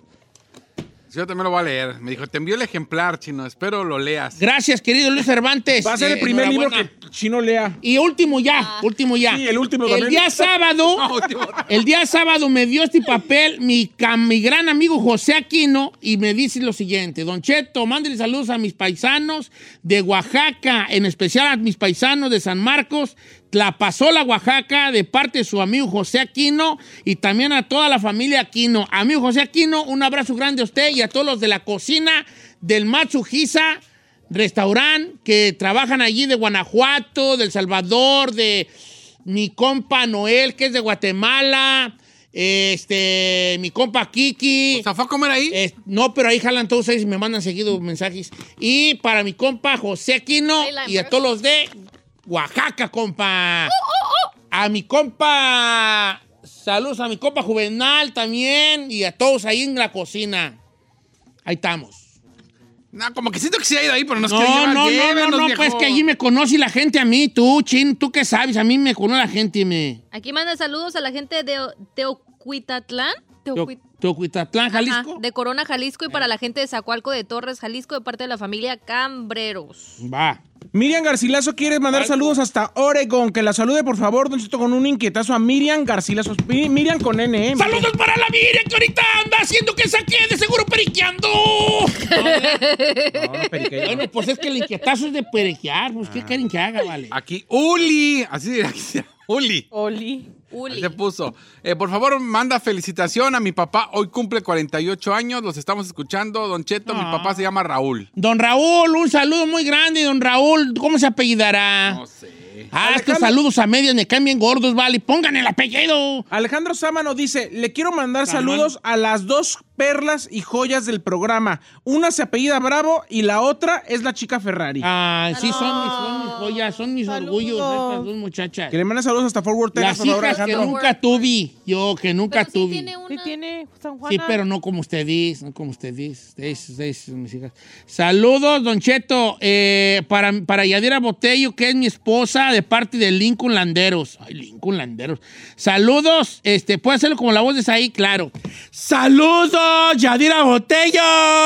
Yo también lo voy a leer. Me dijo, te envió el ejemplar, Chino. Espero lo leas. Gracias, querido Luis Cervantes. Va a ser el primer libro que Chino lea. Y último ya, ah. último ya. Sí, el último El también. día sábado, el día sábado me dio este papel mi, mi gran amigo José Aquino y me dice lo siguiente. Don Cheto, mándale saludos a mis paisanos de Oaxaca, en especial a mis paisanos de San Marcos, Tlapazola, Oaxaca, de parte de su amigo José Aquino y también a toda la familia Aquino. Amigo José Aquino, un abrazo grande a usted y a todos los de la cocina del Matsuhisa Restaurant que trabajan allí de Guanajuato, de El Salvador, de mi compa Noel, que es de Guatemala, este, mi compa Kiki. ¿O sea, fue a comer ahí? Eh, no, pero ahí jalan todos ellos y me mandan seguido mensajes. Y para mi compa José Aquino y a todos los de Oaxaca, compa. Uh, uh, uh. A mi compa, saludos a mi compa Juvenal también y a todos ahí en la cocina. Ahí estamos. No, como que siento que se ha ido ahí, pero no es no, que lleva, no, no, no, no, viejo. pues que allí me conoce la gente a mí, tú, Chin, tú qué sabes, a mí me conoce la gente. Me... Aquí manda saludos a la gente de Teocuitatlán. Teocuit Teocuitatlán, Jalisco. Ajá, de Corona, Jalisco, y para la gente de Zacualco de Torres, Jalisco, de parte de la familia Cambreros. Va. Miriam Garcilaso quiere mandar Ay, saludos hasta Oregon. Que la salude, por favor, Don Cheto, con un inquietazo a Miriam Garcilaso. Miriam con N, ¿eh? ¡Saludos para la Miriam, que ahorita anda haciendo que saque de seguro periqueando! No, no, no periquea. Bueno, pues es que el inquietazo es de periquear. Pues, ¿qué ah. quieren que haga, vale? Aquí, Uli. Así dirá que sea. Uli. Oli. Uli. Se puso. Eh, por favor, manda felicitación a mi papá. Hoy cumple cuarenta y ocho años. Los estamos escuchando. Don Cheto, ah. mi papá se llama Raúl. Don Raúl, un saludo muy grande, don Raúl. ¿Cómo se apellidará? No sé. Ah, Alejandro... estos saludos a medias me caen bien gordos, vale. Pongan el apellido. Alejandro Sámano dice, le quiero mandar Sámano. saludos a las dos perlas y joyas del programa. Una se apellida Bravo y la otra es la chica Ferrari. Ah, sí, son mis, son mis joyas, son mis saludos. orgullos estas dos muchachas. Que le manden saludos hasta Fort Worth, Texas. Las hijas Alejandro. que nunca tuve, yo que nunca pero tuve. Sí tiene, una... sí tiene San Juan. Sí, pero no como usted dice, no como usted dice. Ustedes, ustedes son mis hijas. Saludos, Don Cheto, eh, para, para Yadira Botello, que es mi esposa, de parte de Lincoln Landeros. Ay, Lincoln Landeros. Saludos, este, ¿puede hacerlo como la voz de ahí? Claro. ¡Saludos! ¡Yadira Botello!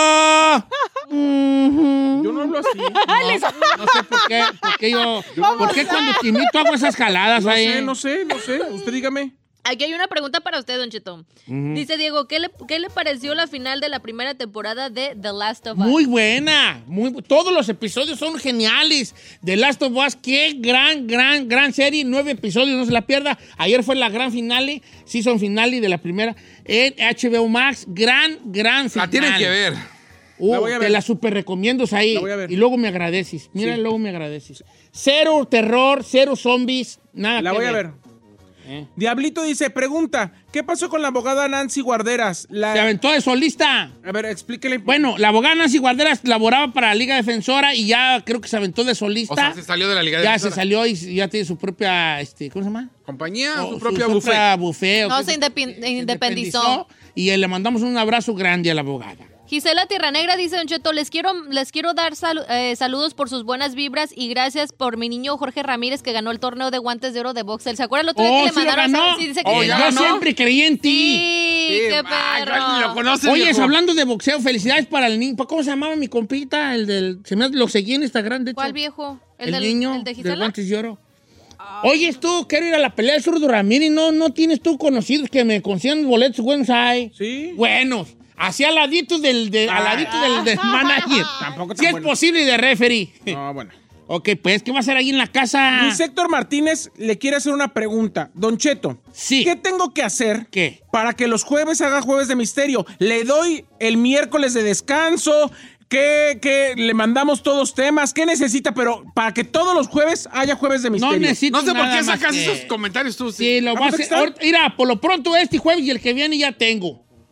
Yo no hablo así. No, no sé por qué, por qué yo... ¿Por qué cuando te imito hago esas jaladas no ahí? No sé, no sé, no sé. Usted dígame. Aquí hay una pregunta para usted, Don Cheto. Uh-huh. Dice Diego, ¿qué le, ¿qué le pareció la final de la primera temporada de The Last of Us? Muy buena. Muy, todos los episodios son geniales. The Last of Us, qué gran, gran, gran serie. Nueve episodios, no se la pierda. Ayer fue la gran finale, season finale de la primera en H B O Max. Gran, gran final. La tienen que ver. Uh, la voy a ver. Te la super recomiendo ahí. La voy a ver. Y luego me agradeces. Mira, sí. luego me agradeces. Cero terror, cero zombies, nada La que voy ver. a ver. ¿Eh? Diablito dice, pregunta, ¿qué pasó con la abogada Nancy Guarderas? La... Se aventó de solista. A ver, explíquele. Bueno, la abogada Nancy Guarderas laboraba para la Liga Defensora y ya creo que se aventó de solista. O sea, se salió de la Liga ya Defensora. Ya se salió y ya tiene su propia, este, ¿cómo se llama? Compañía, o su propia su buffet. Propia buffet no, se, se independizó. independizó. Y le mandamos un abrazo grande a la abogada. Gisela Tierra Negra dice, Don Cheto, les quiero, les quiero dar sal, eh, saludos por sus buenas vibras y gracias por mi niño Jorge Ramírez que ganó el torneo de guantes de oro de boxeo. ¿Se acuerdan el otro oh, día que le ¿sí mandaron? Lo ganó? Sí, dice que oh, sí, yo ganó. siempre creí en ti. Sí, sí qué perro. Lo conoces, Oye, viejo. hablando de boxeo, felicidades para el niño. ¿Cómo se llamaba mi compita? El del, se me lo seguí en Instagram, de hecho. ¿Cuál viejo? El, el niño el de del guantes de oro. Oye, tú, quiero ir a la pelea del Zurdo Ramírez. No, no tienes tú conocidos que me consigan boletos buenos ahí. Sí. Buenos. Hacia al ladito del, de, al ladito del, del manager. Tampoco si es bueno. posible de referee. No, bueno. Ok, pues, ¿qué va a hacer ahí en la casa? Luis Héctor Martínez le quiere hacer una pregunta. Don Cheto, sí. ¿qué tengo que hacer ¿Qué? para que los jueves haga Jueves de Misterio? ¿Le doy el miércoles de descanso? ¿Qué, qué le mandamos todos temas? ¿Qué necesita? Pero para que todos los jueves haya Jueves de Misterio. No necesito No sé por nada qué sacas que... esos comentarios tú. Sí, sí lo vas a hacer. Mira, por lo pronto este jueves y el que viene ya tengo.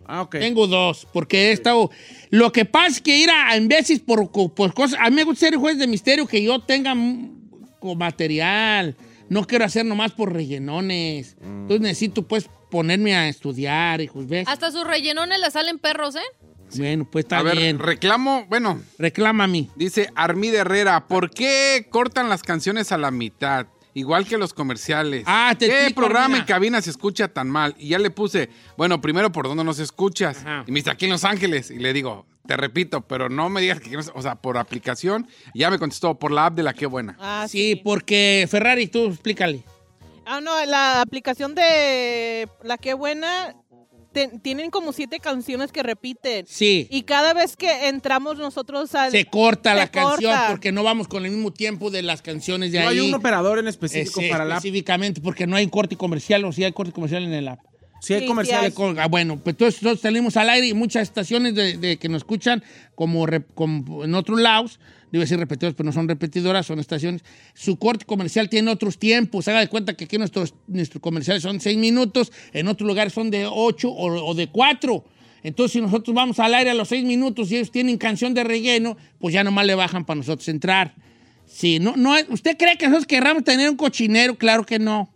Ah, ok. Tengo dos, porque he estado... Lo que pasa es que ir a, en veces por, por cosas... A mí me gusta ser juez de misterio que yo tenga con material. No quiero hacer nomás por rellenones. Mm. Entonces necesito, pues, ponerme a estudiar, hijos, ¿ves? Hasta sus rellenones le salen perros, ¿eh? Bueno, pues está a ver, bien. reclamo, bueno. Reclama a mí. Dice Armida Herrera, ¿por qué cortan las canciones a la mitad? Igual que los comerciales. Ah, te ¿Qué explico, programa Armida? en cabina se escucha tan mal? Y ya le puse, bueno, primero, ¿por dónde nos escuchas? Ajá. Y me dice, aquí en Los Ángeles. Y le digo, te repito, pero no me digas que quieres, o sea, por aplicación. Y ya me contestó, por la app de La Qué Buena. Ah, Sí, sí. porque Ferrari, tú explícale. Ah, no, la aplicación de La Qué Buena te- tienen como siete canciones que repiten. Sí. Y cada vez que entramos nosotros al... Se corta se la canción corta. porque no vamos con el mismo tiempo de las canciones de No ahí. hay un operador en específico Ese, para la app. específicamente, porque no hay corte comercial, o sí hay corte comercial en el app. Sí hay Sí, comerciales. sí hay. Ah, bueno, pues entonces nosotros salimos al aire y muchas estaciones de, de que nos escuchan, como, re- como en otros lados, debe ser repetidoras, pero no son repetidoras, son estaciones. Su corte comercial tiene otros tiempos. Haga de cuenta que aquí nuestros, nuestros comerciales son seis minutos, en otros lugares son de ocho o, o de cuatro. Entonces, si nosotros vamos al aire a los seis minutos y ellos tienen canción de relleno, pues ya nomás le bajan para nosotros entrar. Sí, no, no, ¿usted cree que nosotros querramos tener un cochinero? Claro que no.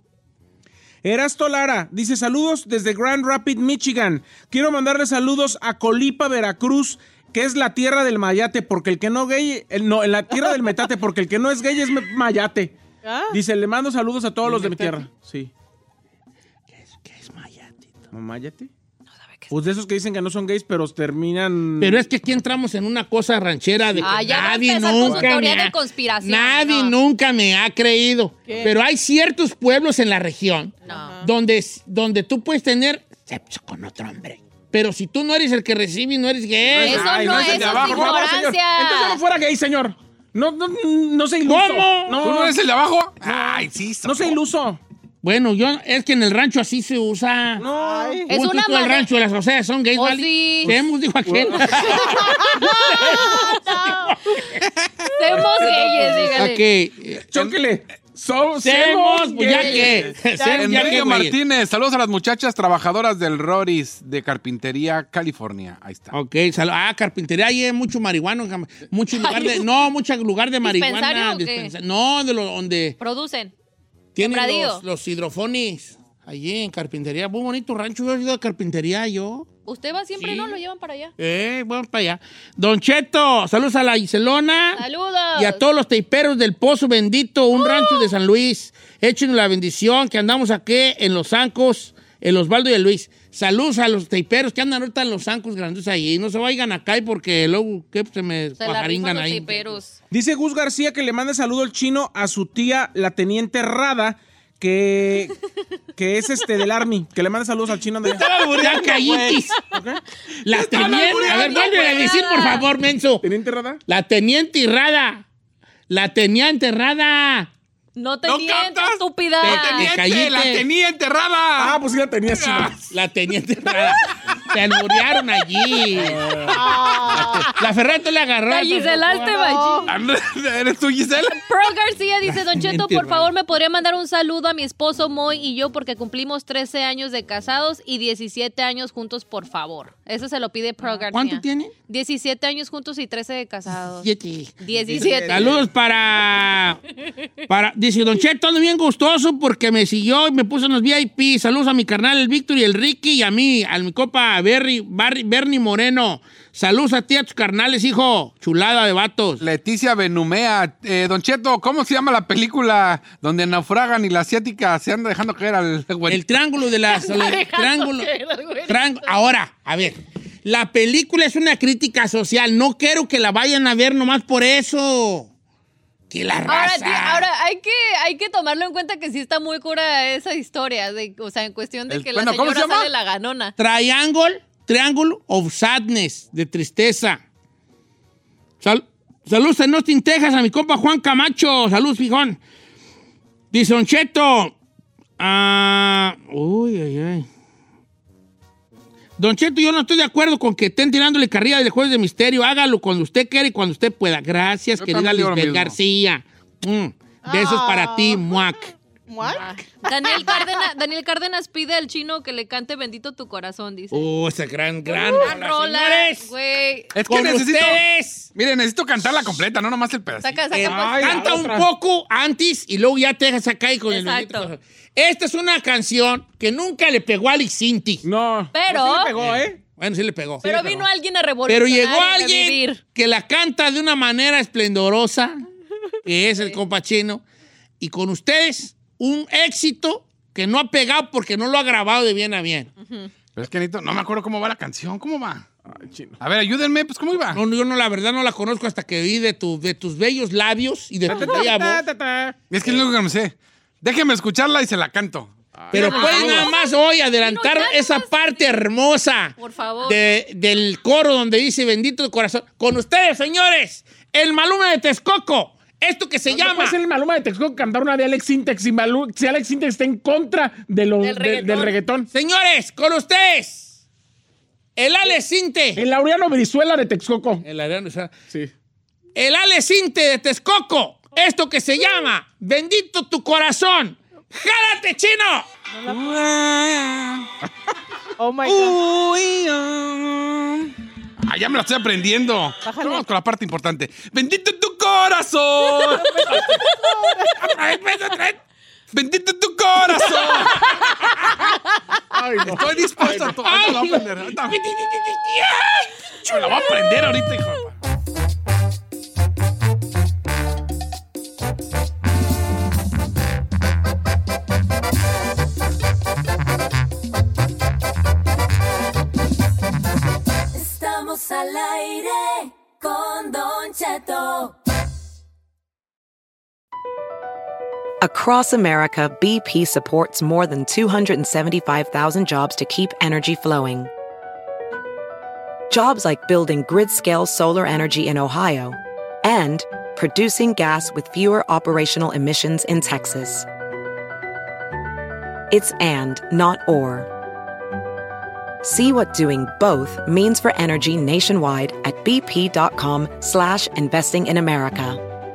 Erasto Lara dice, saludos desde Grand Rapids, Michigan. Quiero mandarle saludos a Colipa, Veracruz, que es la tierra del mayate, porque el que no gay, el, no, en la tierra del metate, porque el que no es gay es me- mayate. ¿Ah? Dice, le mando saludos a todos los de mi metate? tierra. Sí. ¿Qué es, qué es mayate? ¿Mayate? Pues de esos que dicen que no son gays, pero terminan... Pero es que aquí entramos en una cosa ranchera de que Ah, ya va a nadie empezar con su nunca teoría me de ha, conspiración, nadie no. nunca me ha creído. ¿Qué? Pero hay ciertos pueblos en la región No. donde, donde tú puedes tener sexo con otro hombre. Pero si tú no eres el que recibe y no eres gay. Eso Ay, no es es, el de eso abajo, es por favor, señor. ignorancia. Entonces no fuera gay, señor. No, no, no sea iluso. ¿Cómo? No, ¿Tú no eres el de abajo? Ay, sí. no sea iluso. Bueno, yo es que en el rancho así se usa. No. Ay. Es Un una tipo del manera- rancho de las Roseas son gays, Oh, ¿vale? sí. Semos, dijo aquel. Somos gayes, dígale. Ok. eh, Chóquele. So, Semos, pues ya gays. que. Semos, ya que, Enrique güey. Martínez, saludos a las muchachas trabajadoras del Roris de Carpintería, California. Ahí está. Ok, sal- ah, carpintería, hay mucho marihuano, jam- mucho lugar de, no, mucho lugar de marihuana. ¿Dispensario o qué? dispensa- no, de lo donde Producen. tienen Sembradío. los, los hidrofonis, allí en carpintería, muy bonito rancho, yo he ido a carpintería yo. ¿Usted va siempre, Sí. no? ¿Lo llevan para allá? Eh, vamos para allá. Don Cheto, saludos a la Giselona. ¡Saludos! Y a todos los teiperos del Pozo Bendito, un rancho de San Luis. Échenos la bendición que andamos aquí en Los Zancos, en Osvaldo y el Luis. Saludos a los teiperos que andan ahorita en Los Zancos grandes ahí. No se vayan acá y porque luego ¿qué? Se me Se la pajaringan rifan los ahí. tiperos. Dice Gus García que le mande saludo el chino a su tía, la teniente Rada, que, que es este del Army. Que le mande saludos al chino de Ya callitis. La teniente, a ver, vuelve a decir, por favor, menso. ¿Teniente Rada? La teniente Rada. La teniente Rada. No te ¡No mientas, cantas! estúpida. Te- ¡Teniente! cállate. ¡La tenía enterrada! Ah, pues sí la tenía chino. La teniente Rada. Se alburearon allí. La Ferrari le agarró. La Giselaste, machín. ¿Eres tú, Gisela? Pro García dice, Don Cheto, por favor, ¿me podría mandar un saludo a mi esposo Moy y yo porque cumplimos trece años de casados y diecisiete años juntos, por favor? Eso se lo pide Pro García. ¿Cuánto tiene? diecisiete años juntos y trece de casados. Siete. diecisiete. Saludos para, para... Dice, Don Cheto, ando bien gustoso porque me siguió y me puso en los V I P. Saludos a mi carnal, el Víctor y el Ricky, y a mí, a mi copa Berry, Barry, Bernie Moreno. Saludos a ti, a tus carnales, hijo. Chulada de vatos. Leticia Benumea. Eh, Don Cheto, ¿cómo se llama la película donde naufragan y la asiática se anda dejando caer al güey? El triángulo de las... el triángulo, triángulo. Ahora, a ver. La película es una crítica social. No quiero que la vayan a ver nomás por eso. Que la Ahora, raza. tí- ahora hay que hay que tomarlo en cuenta que sí está muy cura esa historia, de, o sea, en cuestión de El- que bueno, la ¿cómo se señora llama? sale la ganona. Triangle, Triangle of Sadness, de tristeza. Sal- saludos en Austin, Texas, a mi compa Juan Camacho. Saludos, fijón. Dice Don Cheto. ah, uy, ay, ay. Don Cheto, yo no estoy de acuerdo con que estén tirándole carrilla de jueves de misterio. Hágalo cuando usted quiera y cuando usted pueda. Gracias, Yo querida también digo lo Lisbeth mismo. García. Mm, besos para ti, Muac. ¿What? Daniel Cárdenas, Daniel Cárdenas pide al chino que le cante Bendito tu corazón, dice. Oh, esa gran, gran Uh, rola, rola, señores. güey. Es que Con necesito. ustedes. Mire, necesito cantarla completa, no nomás el pedacito. Saca, saca, Eh, pues. canta un poco antes y luego ya te dejas acá y con el Exacto. bendito corazón. Esta es una canción que nunca le pegó a Alex Sinti. No. Pero- No, sí le pegó, ¿eh? Bueno, sí le pegó. Pero Sí le vino pegó. alguien a revolucionar. Pero llegó y alguien revivir. que la canta de una manera esplendorosa, que es el compa Chino. Y con ustedes, un éxito que no ha pegado porque no lo ha grabado de bien a bien. Pero es que necesito, no me acuerdo cómo va la canción. ¿Cómo va? Ay, chino. A ver, ayúdenme, pues, ¿cómo iba? No, yo no, la verdad no la conozco hasta que vi de, tu, de tus bellos labios y de tu bella voz. Es que es lo único que me sé. Déjenme escucharla y se la canto. Pero pueden nada más hoy adelantar No, ya esa nomás. parte hermosa Por favor. de- del coro donde dice bendito el corazón. Con ustedes, señores, el Maluma de Texcoco. Esto que se No llama... puede ser el Maluma de Texcoco cantar una de Alex Sintek si, Malu- si Alex Sintek está en contra de lo, Del de- reggaetón. del reggaetón. Señores, con ustedes, el Ale Sinte. El Laureano Brizuela de Texcoco. El, Ariano, o sea, Sí. el Ale Sinte de Texcoco. Esto que se llama bendito tu corazón. ¡Jálate, chino! Oh my God. Uy, ah. Ah, ya me la estoy aprendiendo. Bájale. Vamos con la parte importante. Bendito tu corazón. Bendito tu corazón. Ay, no. Estoy dispuesto a todo. Ahorita la voy a aprender. Ahorita- Me la voy a aprender ahorita, hijo. Estamos al aire con Don Cheto. Across America, B P supports more than two hundred seventy-five thousand jobs to keep energy flowing. Jobs like building grid-scale solar energy in Ohio and producing gas with fewer operational emissions in Texas. It's and, not or. See what doing both means for energy nationwide at bp.com slash investing in America.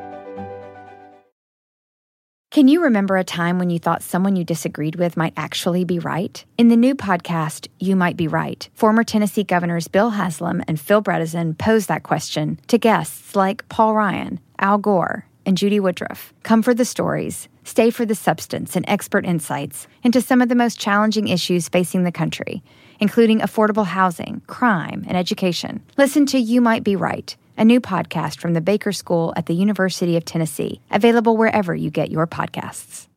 Can you remember a time when you thought someone you disagreed with might actually be right? In the new podcast, You Might Be Right, former Tennessee governors Bill Haslam and Phil Bredesen pose that question to guests like Paul Ryan, Al Gore, and Judy Woodruff. Come for the stories, stay for the substance and expert insights into some of the most challenging issues facing the country, including affordable housing, crime, and education. Listen to You Might Be Right, a new podcast from the Baker School at the University of Tennessee, available wherever you get your podcasts.